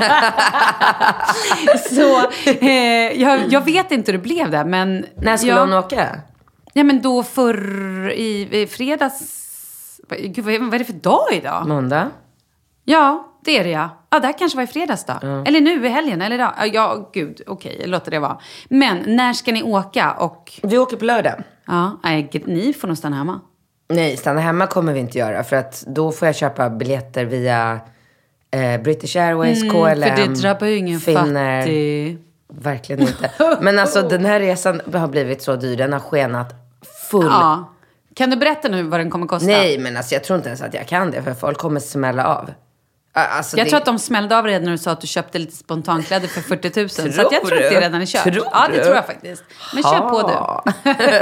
Så jag vet inte hur det blev där. Men när skulle hon åka? Ja, men då i fredags... Gud, vad är det för dag idag? Måndag. Ja, det är det ja. Ja, det här kanske var i fredags då. Eller nu i helgen, eller då. Ja, gud, okej, låter det vara. Men när ska ni åka? Vi åker på lördag. Ja, ni får nog stanna hemma. Nej, stanna hemma kommer vi inte göra. För att då får jag köpa biljetter via British Airways, KLM. För det drabbar ju ingen fattig... Verkligen inte. Men alltså den här resan har blivit så dyr. Den har skenat full. Ja. Kan du berätta nu vad den kommer kosta? Nej, men alltså jag tror inte ens att jag kan det. För folk kommer smälla av. Alltså, jag tror att de smällde av redan när du sa att du köpte lite spontankläder för 40 000. Så att jag tror att det redan är kört. Ja, det tror jag faktiskt. Men kör på du.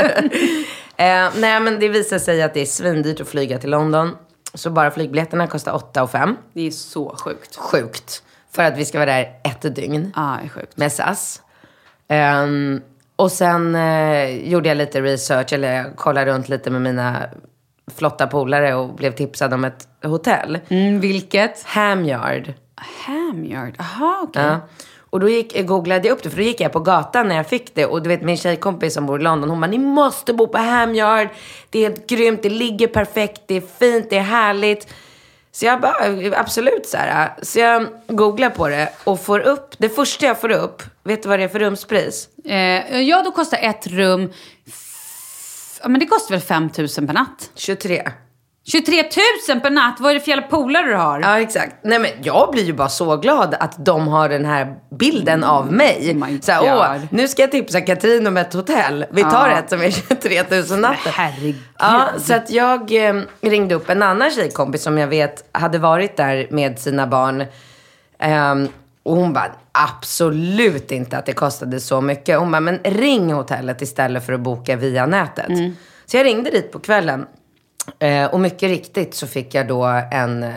Nej, men det visar sig att det är svindyrt att flyga till London. Så bara flygbiljetterna kostar 8 500. Det är så sjukt. Sjukt. För att vi ska vara där 1 dygn. Ja, det är sjukt. Med SAS. Och sen gjorde jag lite research. Eller jag kollade runt lite med mina flotta polare. Och blev tipsad om ett hotell. Vilket? Hamyard. Aha, okej. Ja. Och då googlade jag upp det. För då gick jag på gatan när jag fick det. Och du vet min tjejkompis som bor i London. Hon bara, ni måste bo på Hamyard. Det är helt grymt. Det ligger perfekt. Det är fint. Det är härligt. Så jag bara, absolut så här. Så jag googlar på det och får upp, det första jag får upp, vet du vad det är för rumspris? Ja, då kostar ett rum, men det kostar väl 5 000 per natt? 23 000 per natt? Vad är det för jävla polare du har? Ja, exakt. Nej, men jag blir ju bara så glad att de har den här bilden av mig. Så här, nu ska jag tipsa Katrin om ett hotell. Vi tar ett som är 23 000 natten. Herregud. Ja, så att jag ringde upp en annan tjejkompis som jag vet hade varit där med sina barn. Och hon bara, absolut inte att det kostade så mycket. Hon bara, men ring hotellet istället för att boka via nätet. Så jag ringde dit på kvällen. Och mycket riktigt så fick jag då en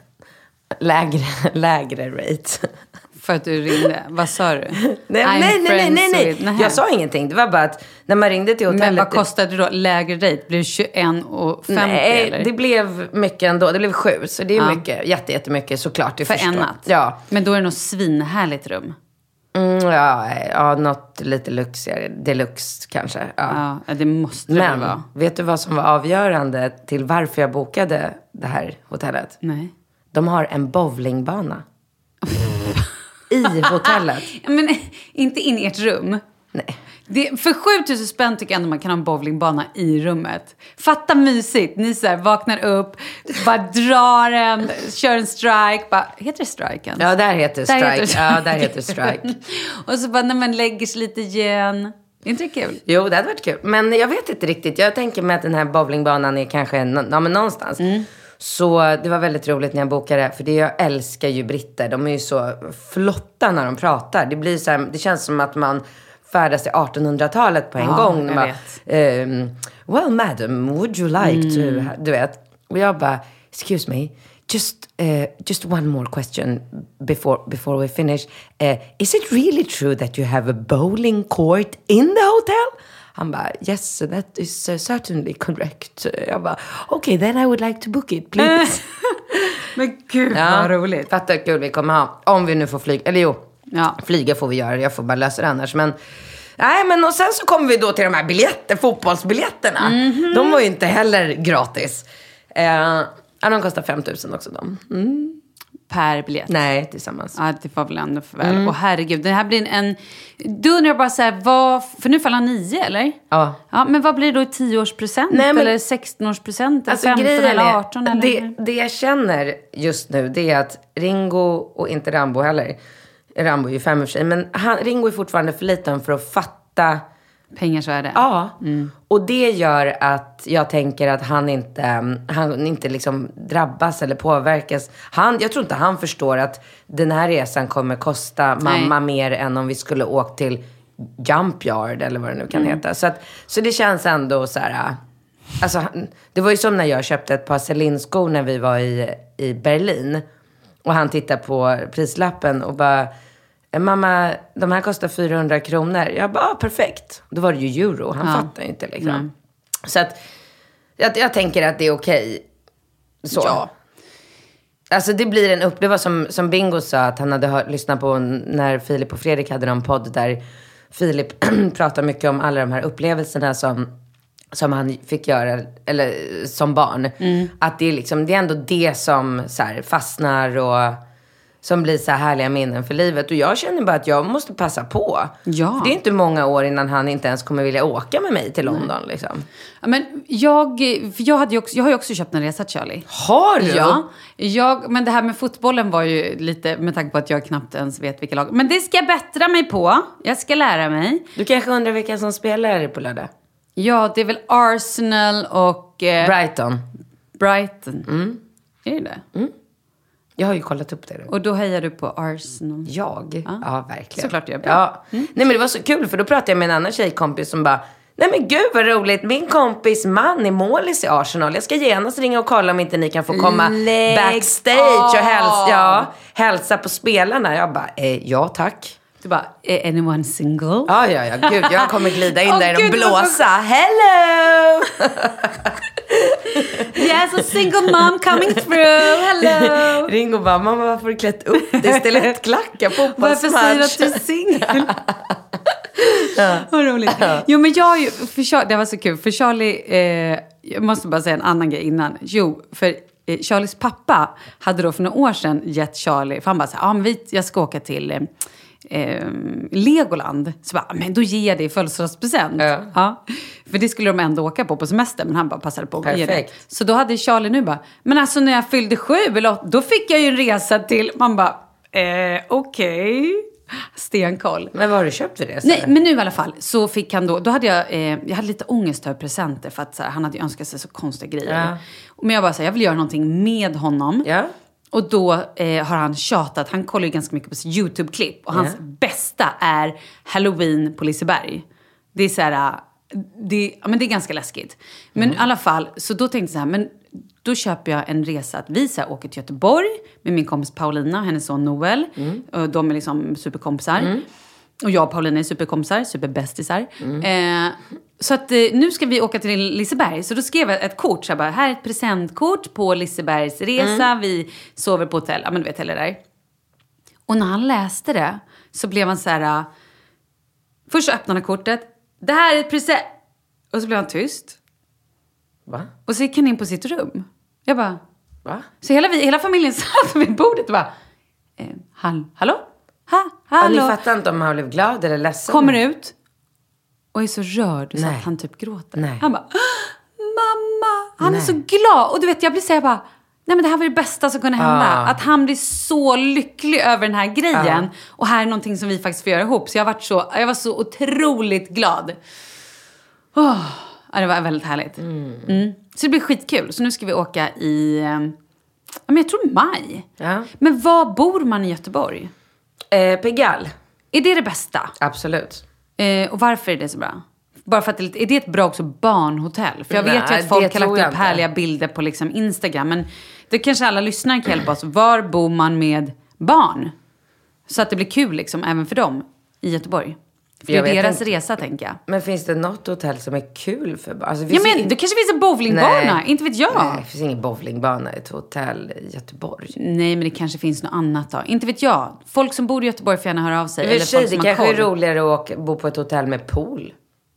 lägre rate. För att du ringde? Vad sa du? Nej. Jag sa ingenting. Det var bara att när man ringde till hotellet... Men vad kostade det då? Lägre rate? Blev det 21,50 Nej, eller? det blev mycket ändå. Det blev 7. Så det är mycket, jättemycket såklart. Du för förstår. En natt? Ja. Men då är det nog svinhärligt rum. Ja, något lite lyxigare. Deluxe kanske. Ja, det måste det vara. Men vet du vad som var avgörande till varför jag bokade det här hotellet? Nej. De har en bowlingbana. I hotellet. Men inte in i ert rum. Nej. För 7000 spänn tycker jag ändå man kan ha en bowlingbana i rummet. Fatta mysigt. Ni så här vaknar upp, bara drar en, kör en strike. Bara, heter det strike ens? Ja, där heter strike. Ja, där heter strike. Och så bara när man lägger sig lite igen. Är inte det kul? Jo, det hade varit kul. Men jag vet inte riktigt. Jag tänker mig att den här bowlingbanan är kanske men någonstans. Så det var väldigt roligt när jag bokade. För jag älskar ju britter. De är ju så flotta när de pratar. Det blir så här, det känns som att man färdas i 1800-talet på en gång. Jag vet. Well, madam, would you like to... Du vet. Och jag bara, excuse me. Just one more question before we finish. Is it really true that you have a bowling court in the hotel? Han bara, yes, that is certainly correct. Jag bara, okay, then I would like to book it, please. Men gud, vad roligt. Fattar kul vi kommer ha. Om vi nu får flyga. Eller jo, flyga får vi göra. Jag får bara lösa det annars. Men, och sen så kommer vi då till de här fotbollsbiljetterna. De var ju inte heller gratis. De kostar 5 000 också de. Per biljett? Nej, tillsammans. Ja, det var väl ändå för väl. Och herregud, det här blir en... Då undrar jag bara så här, för nu faller han 9, eller? Ja. Ja, men vad blir det då i 10-årspresent? Eller 16-årspresent? Eller 15 eller 18? Eller? Det jag känner just nu, det är att Ringo, och inte Rambo heller. Rambo är ju 5 i och för sig. Men Ringo är fortfarande för liten för att fatta... Pengars värde. Ja, och det gör att jag tänker att han inte liksom drabbas eller påverkas. Jag tror inte han förstår att den här resan kommer kosta mamma mer än om vi skulle åka till Jump Yard eller vad det nu kan heta. Så det känns ändå så här... Alltså, det var ju som när jag köpte ett par Celine-skor när vi var i Berlin. Och han tittade på prislappen och bara... Mamma, de här kostar 400 kronor. Jag bara, perfekt. Då var det ju euro. Han fattar ju inte liksom. Så att jag tänker att det är okej. Så. Ja. Alltså det blir det var som Bingo sa att han hade lyssnat på när Filip och Fredrik hade en podd där Filip pratar mycket om alla de här upplevelserna som han fick göra eller som barn. Att det är liksom, det är ändå det som så här, fastnar och som blir så här härliga minnen för livet. Och jag känner bara att jag måste passa på. Ja. För det är inte många år innan han inte ens kommer vilja åka med mig till London. Liksom. Ja, men jag har ju också köpt en resa till Charlie. Har du? Ja. Men det här med fotbollen var ju lite, med tanke på att jag knappt ens vet vilka lag. Men det ska jag bättra mig på. Jag ska lära mig. Du kanske undrar vilka som spelar på lördag? Ja, det är väl Arsenal och... Brighton. Är det? Jag har ju kollat upp det. Och då hejar du på Arsenal? Jag? Ja, verkligen. Såklart jag är bra. Ja. Nej, men det var så kul för då pratade jag med en annan tjejkompis som bara... Nej men gud vad roligt, min kompis man är målis i Arsenal. Jag ska genast ringa och kolla om inte ni kan få komma backstage och hälsa på spelarna. Jag bara, ja tack. Du bara, anyone single? Ja, gud, jag kommer glida in där och blåsa. Hello! Yes, a single mom coming through. Hello! Ring och bara, mamma varför har du klätt upp dig? Stilettklackar på varför säger du att du är singel? Vad roligt. Jo, men det var så kul. För Charlie, jag måste bara säga en annan grej innan. Jo, för Charlies pappa hade då för några år sedan gett Charlie, för han bara så här, jag ska åka till... Legoland. Så bara, men då ger jag det i födelsedagspresent. Ja. För det skulle de ändå åka på semester. Men han bara passade på att ge det. Så då hade Charlie nu bara, men alltså när jag fyllde 7 eller 8, då fick jag ju en resa till, man bara, okej. Stenkoll. Men vad har du köpt för det? Nej, men nu i alla fall så fick han då hade jag hade lite ångest över presenter för att så här, han hade önskat sig så konstiga grejer. Men jag bara så här, jag vill göra någonting med honom. Ja. Och då har han tjatat, han kollar ju ganska mycket på YouTube-klipp. Och hans bästa är Halloween på Liseberg. Det är så här, men det är ganska läskigt. Men i alla fall, så då tänkte jag så här, men då köper jag en resa att vi så här, åker till Göteborg med min kompis Paulina och hennes son Noel. Och de är liksom superkompisar. Och jag och Paulina är superkompisar, superbästisar. Så att nu ska vi åka till Liseberg. Så då skrev jag ett kort. Så jag bara, här är ett presentkort på Lisebergs resa. Vi sover på hotell. Ja, men du vet, eller där. Och när han läste det så blev han så här... Först så öppnade han kortet. Det här är ett present. Och så blev han tyst. Va? Och så gick han in på sitt rum. Jag bara... Va? Så hela familjen satt vid bordet och bara... Hallå? Hallå? Ja, ni fattar inte om han blev glad eller ledsen. Kommer ut. och är så rörd så Nej. att han typ gråter. Nej. Han bara, mamma! Han är så glad. Och du vet, jag blir så här bara, nej men det här var det bästa som kunde hända. Att han blir så lycklig över den här grejen. Och här är någonting som vi faktiskt får göra ihop. Så jag var så otroligt glad. Ja, det var väldigt härligt. Så det blir skitkul. Så nu ska vi åka i, men jag tror maj. Ja. Men var bor man i Göteborg? Pigalle. Är det bästa? Absolut. Och varför är det så bra? Bara för att är det ett bra också barnhotell? För jag vet ju att folk har lagt upp härliga bilder på liksom Instagram. Men det kanske alla lyssnare kan hjälpa oss. Var bor man med barn? Så att det blir kul liksom, även för dem i Göteborg. För det är deras resa, tänker jag. Men finns det något hotell som är kul för barn? Alltså, Ja, men det kanske finns en bowlingbana. Nej. Inte vet jag. Nej, det finns ingen bowlingbana i ett hotell i Göteborg. Nej, men det kanske finns något annat då. Inte vet jag. Folk som bor i Göteborg får gärna höra av sig. I och för sig, folk som det har kanske är koll. roligare att bo på ett hotell med pool.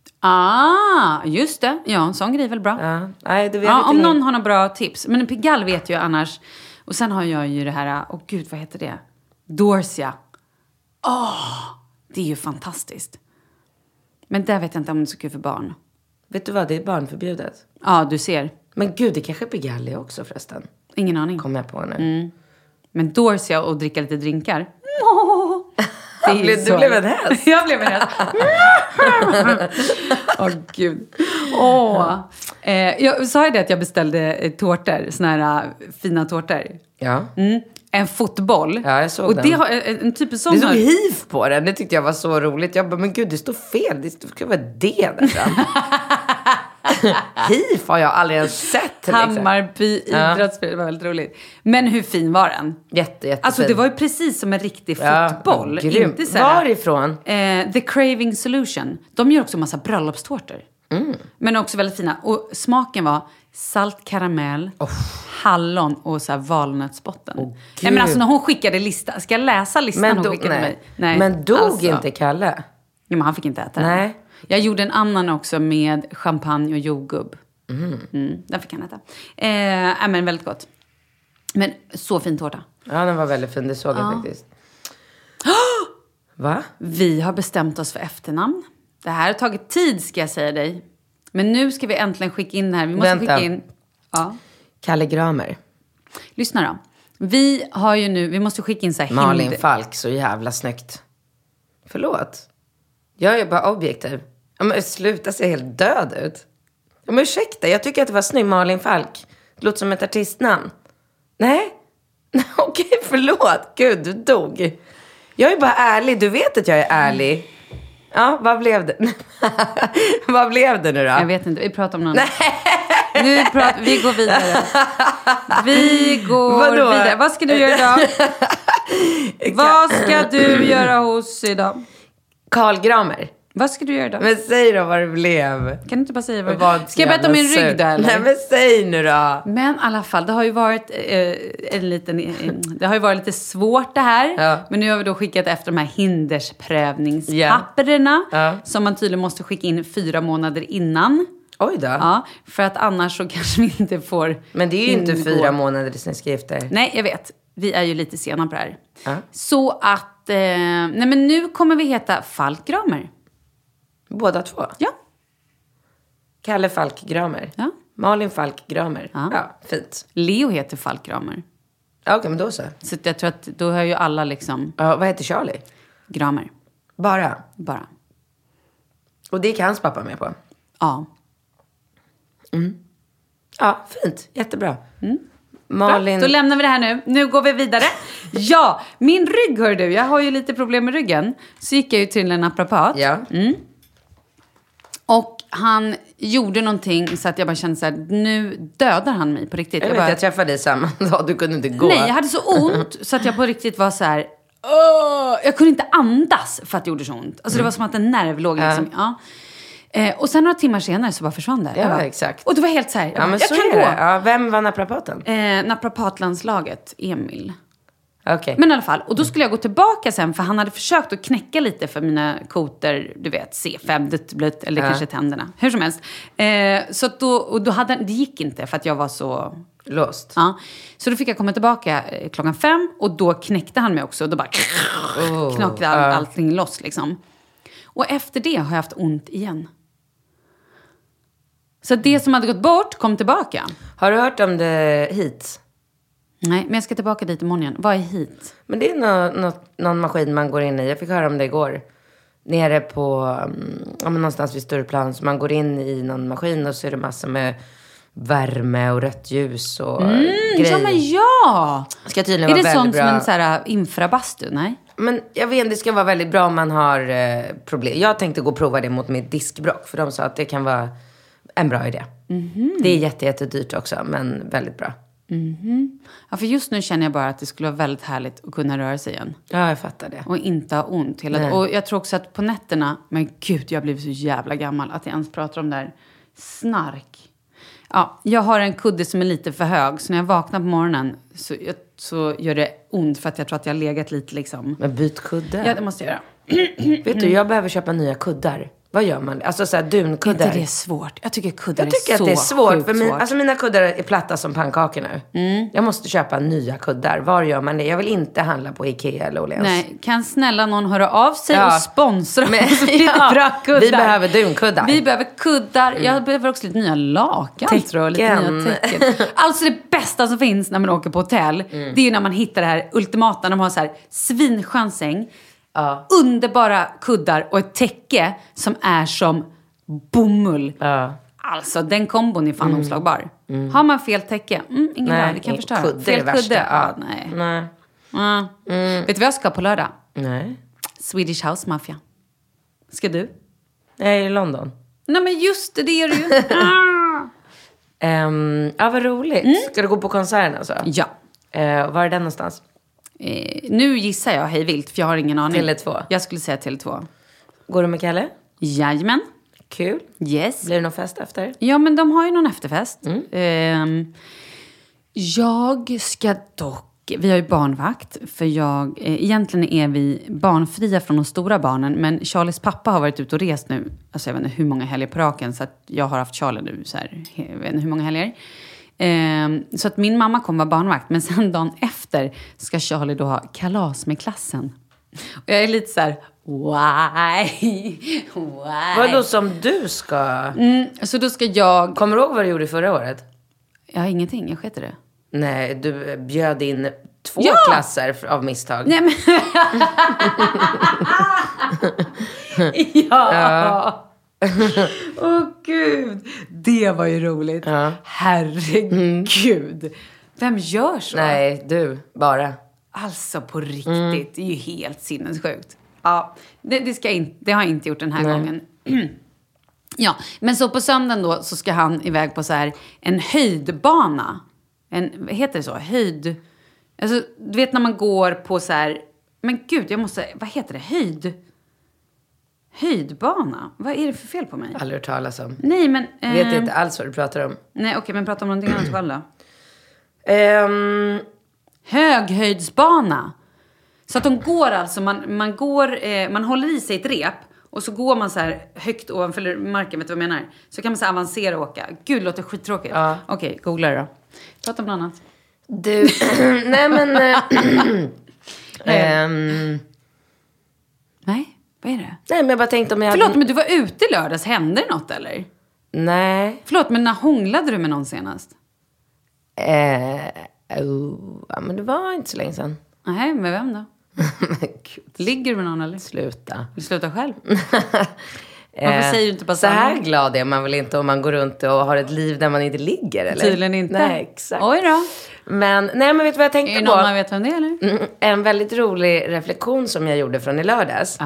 Just det. Ja, en sån grej är väl bra. Ja, nej, det vet Ja, inte om min- någon har några bra tips. Men Pigalle vet jag annars. Och sen har jag ju det här, gud, vad heter det? Dorsia. Det är ju fantastiskt. Men där vet jag inte om det är så kul för barn. Vet du vad, det är barnförbjudet. Ja, du ser. Men gud, det kanske är Pigalle också förresten. Ingen aning. Kommer jag på nu. Men Dorsia och dricka lite drinkar. Du blev en häst. Jag blev en häst. Gud. Jag sa ju det att jag beställde tårtor. Såna här fina tårtor. Ja. En fotboll. Ja, jag såg och den. det har en typ av sån. Det stod hiv på den. Det tyckte jag var så roligt. Jag bara, men gud, det står fel. Det ska vara det där fram. hiv har jag aldrig ens sett. Liksom. Hammarby idrottsspel. Det var väldigt roligt. Men hur fin var den? Jättefin. Alltså det var ju precis som en riktig fotboll. Grymt. Inte så här, Varifrån? The Craving Solution. De gör också massa bröllopstårtor. Men också väldigt fina. Och smaken var salt karamell, hallon och så här valnötsbotten. Nej, men alltså när hon skickade listan. Ska jag läsa listan hon skickade till mig? Nej. Men dog inte Kalle? Ja, men han fick inte äta den. Nej. Jag gjorde en annan också med champagne och jordgubb. Den fick han äta. Men väldigt gott. Men så fin tårta. Ja, den var väldigt fin. Det såg jag faktiskt. Va? Vi har bestämt oss för efternamn. Det här har tagit tid, ska jag säga dig. Men nu ska vi äntligen skicka in det här. Vi måste skicka in... Ja. Kalle Gramer. Lyssna då. Vi har ju nu... Vi måste skicka in så här... Malin Falk, så jävla snyggt. Förlåt. Jag är bara objektiv. Ja, men sluta se helt död ut. Ja, men ursäkta, jag tycker att det var snygg Malin Falk. Det låter som ett artistnamn. Nej? Okej, förlåt. Gud, du dog. Jag är bara ärlig. Du vet att jag är ärlig. Ja, vad blev det? Vad blev det nu då? Jag vet inte, vi pratar om någon annan. Vi går vidare. Vidare. Vad ska du göra idag? Vad ska du göra hos idag? Karl Gramer. Vad ska du göra idag? Men säg då vad det blev. Kan du inte bara säga vad det... Ska jag berätta om min rygg då, eller? Nej, men säg nu då. Men i alla fall, det har ju varit det har ju varit lite svårt det här. Ja. Men nu har vi då skickat efter de här hindersprövningspapperna. Som man tydligen måste skicka in 4 månader innan. Oj då. Ja, för att annars så kanske vi inte får... Men det är ju inte 4 månader i sina skrifter. Nej, jag vet. Vi är ju lite sena på det här. Så att... nej, men nu kommer vi heta Falk Gramer. Båda två? Ja. Kalle Falk Gramer. Ja. Malin Falk Gramer. Ja, fint. Leo heter Falk Gramer. Ja, okej, men då så. Så jag tror att då hör ju alla liksom... Ja, vad heter Charlie? Gramer. Bara? Och det gick hans pappa med på? Ja. Ja, fint. Jättebra. Malin... Bra. Då lämnar vi det här nu. Nu går vi vidare. Ja, min rygg, hör du. Jag har ju lite problem med ryggen. Så gick jag ju till en naprapat. Ja. Och han gjorde någonting så att jag bara kände så här, nu dödar han mig på riktigt. Jag träffade dig samma dag, du kunde inte gå. Nej, jag hade så ont så att jag på riktigt var så här, jag kunde inte andas för att det gjorde så ont. Alltså det var som att en nerv låg liksom, och sen några timmar senare så bara försvann det. Ja, exakt. Och det var helt så här, men jag så kan är gå. det. Ja, vem var naprapaten? Naprapatlandslaget, Emil. Okay. Men i alla fall, och då skulle jag gå tillbaka sen, för han hade försökt att knäcka lite för mina koter, du vet, C5, duttblött, eller kanske tänderna, hur som helst. Så att då hade det gick inte för att jag var så... Låst. Ja, så då fick jag komma tillbaka 5:00 och då knäckte han mig också och då bara knakade allting loss liksom. Och efter det har jag haft ont igen. Så det som hade gått bort kom tillbaka. Har du hört om det hit? Nej, men jag ska tillbaka dit imorgon igen. Vad är hit? Men det är någon maskin man går in i. Jag fick höra om det igår. Nere på, någonstans vid Stureplan. Så man går in i någon maskin och så är det massor med värme och rött ljus och grejer. Ja, men ja! Ska tydligen är vara det sånt bra. som en så här infrabastu? Nej? Men jag vet, det ska vara väldigt bra om man har problem. Jag tänkte gå och prova det mot mitt diskbråck. För de sa att det kan vara en bra idé. Det är jättedyrt också, men väldigt bra. Ja, för just nu känner jag bara att det skulle vara väldigt härligt att kunna röra sig igen. Ja, jag fattar det. Och inte ha ont hela. Och jag tror också att på nätterna, men gud, jag har blivit så jävla gammal att jag ens pratar om det här. Snark. Ja, jag har en kudde som är lite för hög. Så när jag vaknar på morgonen så gör det ont för att jag tror att jag har legat lite liksom. Men byt kudde. Ja, det måste jag göra. Vet du, jag behöver köpa nya kuddar. Vad gör man? Alltså såhär dunkuddar. Inte det är svårt. Jag tycker kuddar jag tycker är så att det är svårt. För svårt. mina kuddar är platta som pannkakor nu. Jag måste köpa nya kuddar. Var gör man det? Jag vill inte handla på Ikea eller Åhléns. Nej, kan snälla någon höra av sig och sponsra oss med lite bra kuddar? Vi behöver dunkuddar. Vi behöver kuddar. Jag behöver också lite nya lakan, tror jag. Lite nya tecken. Alltså det bästa som finns när man åker på hotell, det är ju när man hittar det här ultimata. De har så här svinskön säng, underbara kuddar och ett täcke som är som bomull. Alltså den kombon är fan omslagbar. Har man fel täcke, ingen bra, det kan förstöra. Fel kudde, nej. Vet du vad jag ska på lördag? Nej. Swedish House Mafia. Ska du? Jag är i London. Nej men just det är du ju. Ja, vad roligt. Ska du gå på konserten alltså? Ja. Var är den någonstans? Nu gissar jag hej vilt, för jag har ingen aning. Tele2. Jag skulle säga Tele2. Går du med Kalle? Jajamän. Kul. Yes. Blir det någon fest efter? Ja, men de har ju någon efterfest. Jag ska dock... Vi har ju barnvakt. För egentligen är vi barnfria från de stora barnen. Men Charlies pappa har varit ute och rest nu. Alltså jag vet inte hur många helger på raken. Så att jag har haft Charlie nu så här, jag vet inte hur många helger. Så att min mamma kommer vara barnvakt. Men sen dagen efter ska Charlie då ha kalas med klassen. Och jag är lite så här... Why? Vadå som du ska? Så då ska jag... Kommer du ihåg vad du gjorde förra året? Jag har ingenting, jag skiter det. Nej, du bjöd in 2 klasser av misstag. Nej, men... Åh gud, det var ju roligt. Herregud. Vem gör så? Nej, du, bara. Alltså på riktigt, det är ju helt sinnessjukt. Ja, det har jag inte gjort den här gången. Ja, men så på söndagen då så ska han iväg på så här en höjdbana. Vad heter det så? Alltså, du vet när man går på så här... Men gud, vad heter det? Höjdbana? Vad är det för fel på mig? Aldrig hört talas om. Nej, men... Vet inte alls vad du pratar om. Nej, okej, men prata om någonting annat själv då. Höghöjdsbana. Så att de går alltså, man håller i sig ett rep och så går man så här högt ovanför marken, vet du vad jag menar? Så kan man så här avancera och åka. Gud, det låter skittråkigt. Ja. Okej, googla det då. Prata om något annat. Du, nej men... Nej, vad är det? Nej, men jag bara tänkte om jag... Förlåt, men du var ute i lördags. Hände det något eller? Nej. Förlåt, men när hånglade du med någon senast? Ja, men det var inte så länge sedan. Nej, med vem då? Ligger du med någon eller? Sluta. Du slutar själv? Varför säger du inte bara så här glad är man väl inte om man går runt och har ett liv där man inte ligger, eller? Tydligen inte. Nej, exakt. Oj då. Men vet du vad jag tänkte på? Är det någon man vet vem det är, eller? En väldigt rolig reflektion som jag gjorde från i lördags.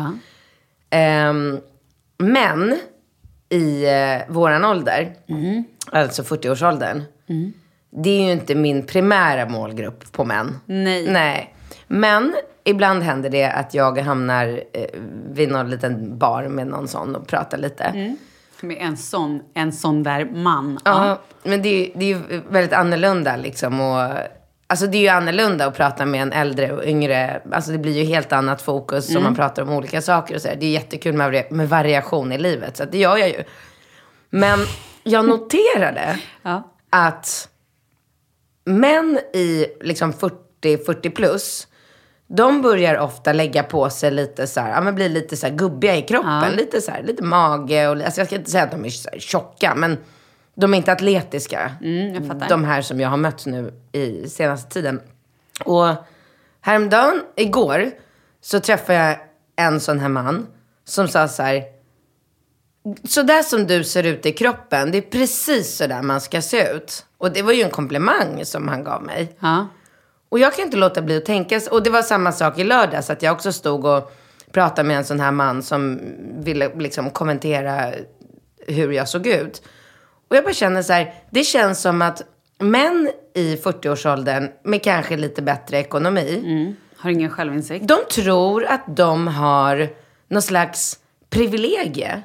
Men i våran ålder, alltså 40-årsåldern, det är ju inte min primära målgrupp på män. Nej. Men ibland händer det att jag hamnar vid någon liten bar med någon sån och pratar lite. Med en sån där man. Ja, men det är ju väldigt annorlunda liksom. Och, alltså det är ju annorlunda att prata med en äldre och yngre. Alltså det blir ju helt annat fokus om man pratar om olika saker och så. Det är jättekul med variation i livet. Så det gör jag ju. Men jag noterade att män i liksom 40 plus, de börjar ofta lägga på sig lite så här, ja men blir lite så här gubbiga i kroppen, lite så här, lite mage och alltså jag ska inte säga att de är så här tjocka, men de är inte atletiska. Jag fattar. De här som jag har mött nu i senaste tiden. Och häromdagen, igår, så träffade jag en sån här man som sa så här: så där som du ser ut i kroppen, det är precis så där man ska se ut. Och det var ju en komplimang som han gav mig. Ja. Och jag kan inte låta bli att tänka, och det var samma sak i lördags, att jag också stod och pratade med en sån här man som ville liksom kommentera hur jag såg ut. Och jag bara känner så här, det känns som att män i 40-årsåldern med kanske lite bättre ekonomi har ingen självinsikt. De tror att de har någon slags privilegie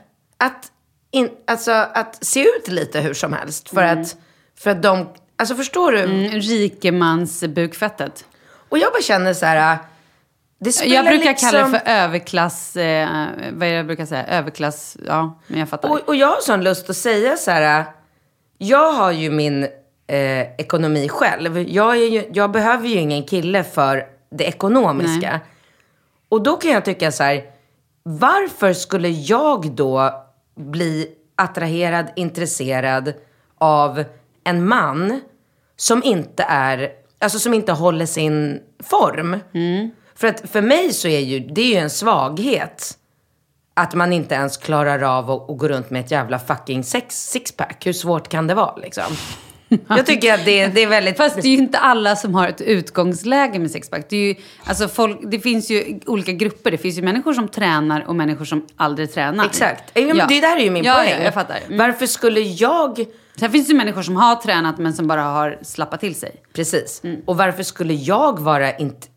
att se ut lite hur som helst för att de, alltså förstår du? Rikemans bukfettet. Och jag bara känner så här, det spelar jag brukar liksom... kalla det för överklass, vad är det jag brukar säga? Överklass, ja, men jag fattar. Och jag har sån lust att säga så här, jag har ju min ekonomi själv. Jag behöver ju ingen kille för det ekonomiska. Nej. Och då kan jag tycka så här, varför skulle jag då bli attraherad, intresserad av en man som inte är, alltså som inte håller sin form? För att för mig så är det är ju en svaghet att man inte ens klarar av att gå runt med ett jävla fucking sixpack. Hur svårt kan det vara liksom? Jag tycker att det är väldigt... Fast det är ju inte alla som har ett utgångsläge med sixpack. Det är ju, alltså det finns ju olika grupper. Det finns ju människor som tränar och människor som aldrig tränar. Exakt. Ja, men det där är ju min poäng. Ja, jag fattar. Varför skulle jag... Sen finns det ju människor som har tränat men som bara har slappat till sig. Precis. Och varför skulle jag vara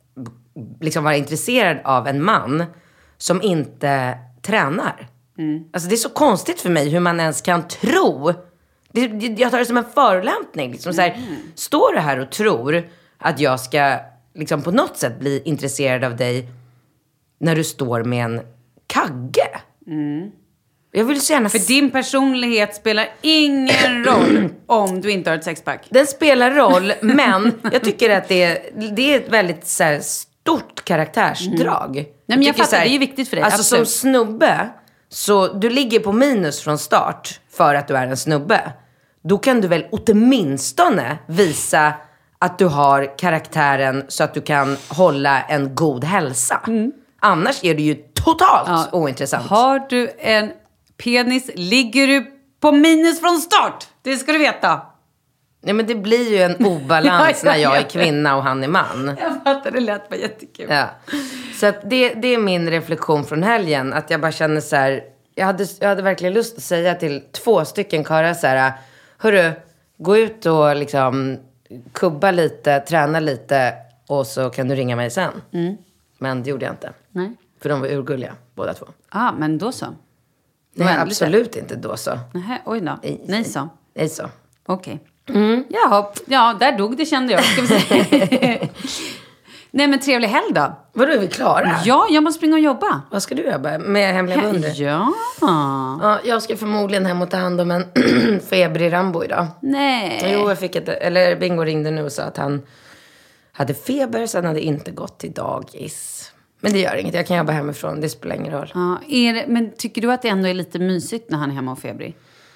intresserad av en man som inte tränar? Alltså det är så konstigt för mig hur man ens kan tro... Jag tar det som en förolämpning. Liksom så här, står du här och tror att jag ska liksom på något sätt bli intresserad av dig när du står med en kagge? Jag vill så gärna... För din personlighet spelar ingen roll om du inte har ett sexpack. Den spelar roll, men jag tycker att det är ett väldigt så här, stort karaktärsdrag. Nej, men jag fattar, så här, det är ju viktigt för dig. Alltså absolut. som snubbe, så du ligger på minus från start för att du är en snubbe. Då kan du väl åtminstone visa att du har karaktären så att du kan hålla en god hälsa. Annars är det ju totalt ointressant. Har du en penis, ligger du på minus från start. Det ska du veta. Nej, men det blir ju en obalans när jag är kvinna och han är man. Jag fattar, det lät bara jättekul. Ja. Så att det är min reflektion från helgen. Att jag bara känner så här... Jag hade verkligen lust att säga till 2 stycken karlar så här... Hörru, gå ut och liksom kubba lite, träna lite och så kan du ringa mig sen. Men det gjorde jag inte. Nej. För de var urgulliga, båda 2. Men då så. Nej, absolut inte då så. Nej, oj då. Nej så. Nej så. Okej. Jaha, ja, där dog det kände jag. Ska vi säga. Nej, men trevlig helg då. Vadå, är vi klara? Ja, jag måste springa och jobba. Vad ska du jobba? Med hemliga beundret? Ja, jag ska förmodligen hem och ta hand om en febrig Rambo idag. Nej. Jo, jag fick Bingo ringde nu och sa att han hade feber, så han hade inte gått till dagis. Men det gör inget, jag kan jobba hemifrån, det spelar ingen roll. Ja, men tycker du att det ändå är lite mysigt när han är hemma och febrig?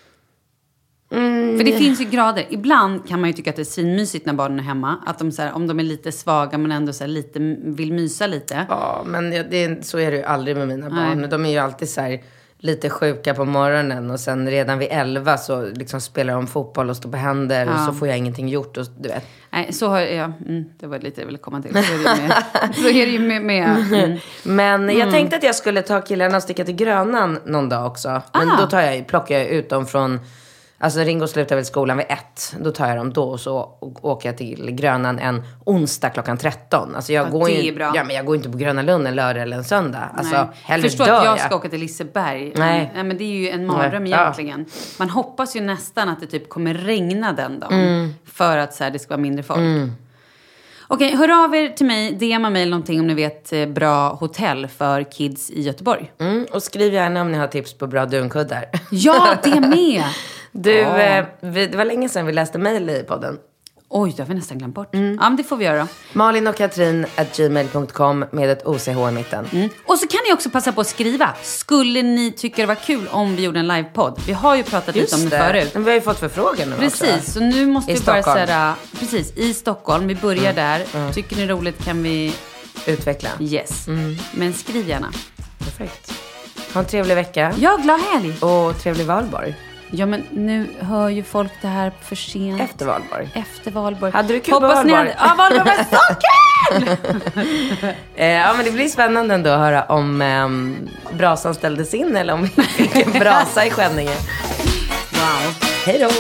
För det finns ju grader. Ibland kan man ju tycka att det är svinmysigt när barnen är hemma. Att de så här, om de är lite svaga men ändå så här, lite vill mysa lite. Ja, men så är det ju aldrig med mina barn. Nej. De är ju alltid så här lite sjuka på morgonen. Och sen redan vid 11 så liksom spelar de fotboll och står på händer. Och så får jag ingenting gjort. Och, du vet. Nej, så har jag... det var lite jag ville komma till. Så är det ju med. Men jag tänkte att jag skulle ta killarna och sticka till Grönan någon dag också. Men då plockar jag ut dem från... Alltså Ringo slutar väl skolan vid 1. Då tar jag dem då och så åker jag till Grönan en onsdag klockan 13. Alltså jag går det är bra. Ja, men jag går inte på Gröna Lund en lördag eller en söndag. Alltså hellre förstå dör att jag ska åka till Liseberg. Nej, men det är ju en mardröm egentligen. Man hoppas ju nästan att det typ kommer regna den dagen. För att så här, det ska vara mindre folk. Okej, hör av er till mig. DMa mig någonting om ni vet bra hotell för kids i Göteborg. Och skriv gärna om ni har tips på bra dunkuddar. Ja, det är med. Det var länge sedan vi läste mejl i podden. Oj, det har vi nästan glömt bort. Ja, men det får vi göra. malinochkatrin@gmail.com med ett OCH i mitten. Och så kan ni också passa på att skriva. Skulle ni tycka det var kul om vi gjorde en livepodd? Vi har ju pratat lite om det förut. Men vi har ju fått förfrågan nu Precis, också. så nu måste vi bara Stockholm. säga... Precis, i Stockholm. Vi börjar där. Tycker ni det är roligt kan vi... Utveckla. Yes. Men skriv gärna. Perfekt. Ha en trevlig vecka. Ja, glad helg. Och trevlig valborg. Ja, men nu hör ju folk det här för sent. Efter valborg. Efter valborg. Hade du kul Hoppas på valborg? Ja, valborg var så kul! Ja, men det blir spännande ändå att höra om brasan ställdes in eller om vi fick en brasa i Skänninge. Wow. Hej då!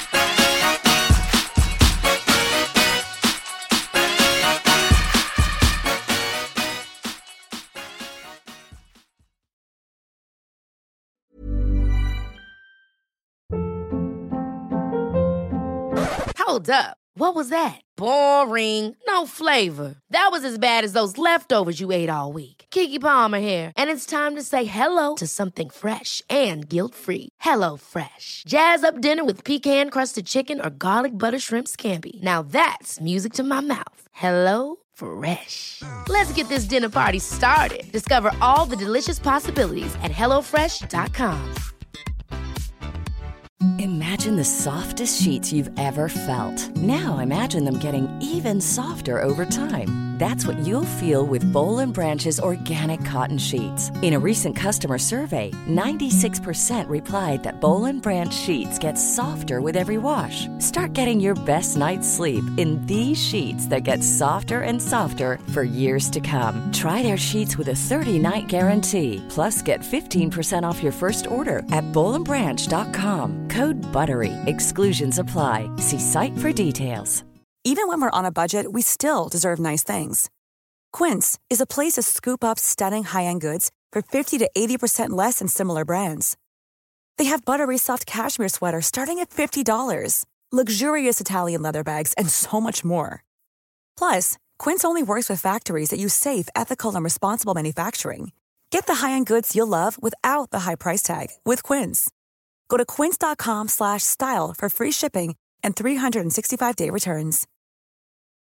Hold up. What was that? Boring. No flavor. That was as bad as those leftovers you ate all week. Keke Palmer here, and it's time to say hello to something fresh and guilt-free. Hello Fresh. Jazz up dinner with pecan-crusted chicken or garlic butter shrimp scampi. Now that's music to my mouth. Hello Fresh. Let's get this dinner party started. Discover all the delicious possibilities at hellofresh.com. Imagine the softest sheets you've ever felt. Now imagine them getting even softer over time. That's what you'll feel with Boll & Branch's organic cotton sheets. In a recent customer survey, 96% replied that Boll & Branch sheets get softer with every wash. Start getting your best night's sleep in these sheets that get softer and softer for years to come. Try their sheets with a 30-night guarantee. Plus, get 15% off your first order at bollandbranch.com. Code BUTTERY. Exclusions apply. See site for details. Even when we're on a budget, we still deserve nice things. Quince is a place to scoop up stunning high-end goods for 50 to 80% less than similar brands. They have buttery soft cashmere sweaters starting at $50, luxurious Italian leather bags, and so much more. Plus, Quince only works with factories that use safe, ethical, and responsible manufacturing. Get the high-end goods you'll love without the high price tag with Quince. Go to quince.com/style for free shipping and 365-day returns.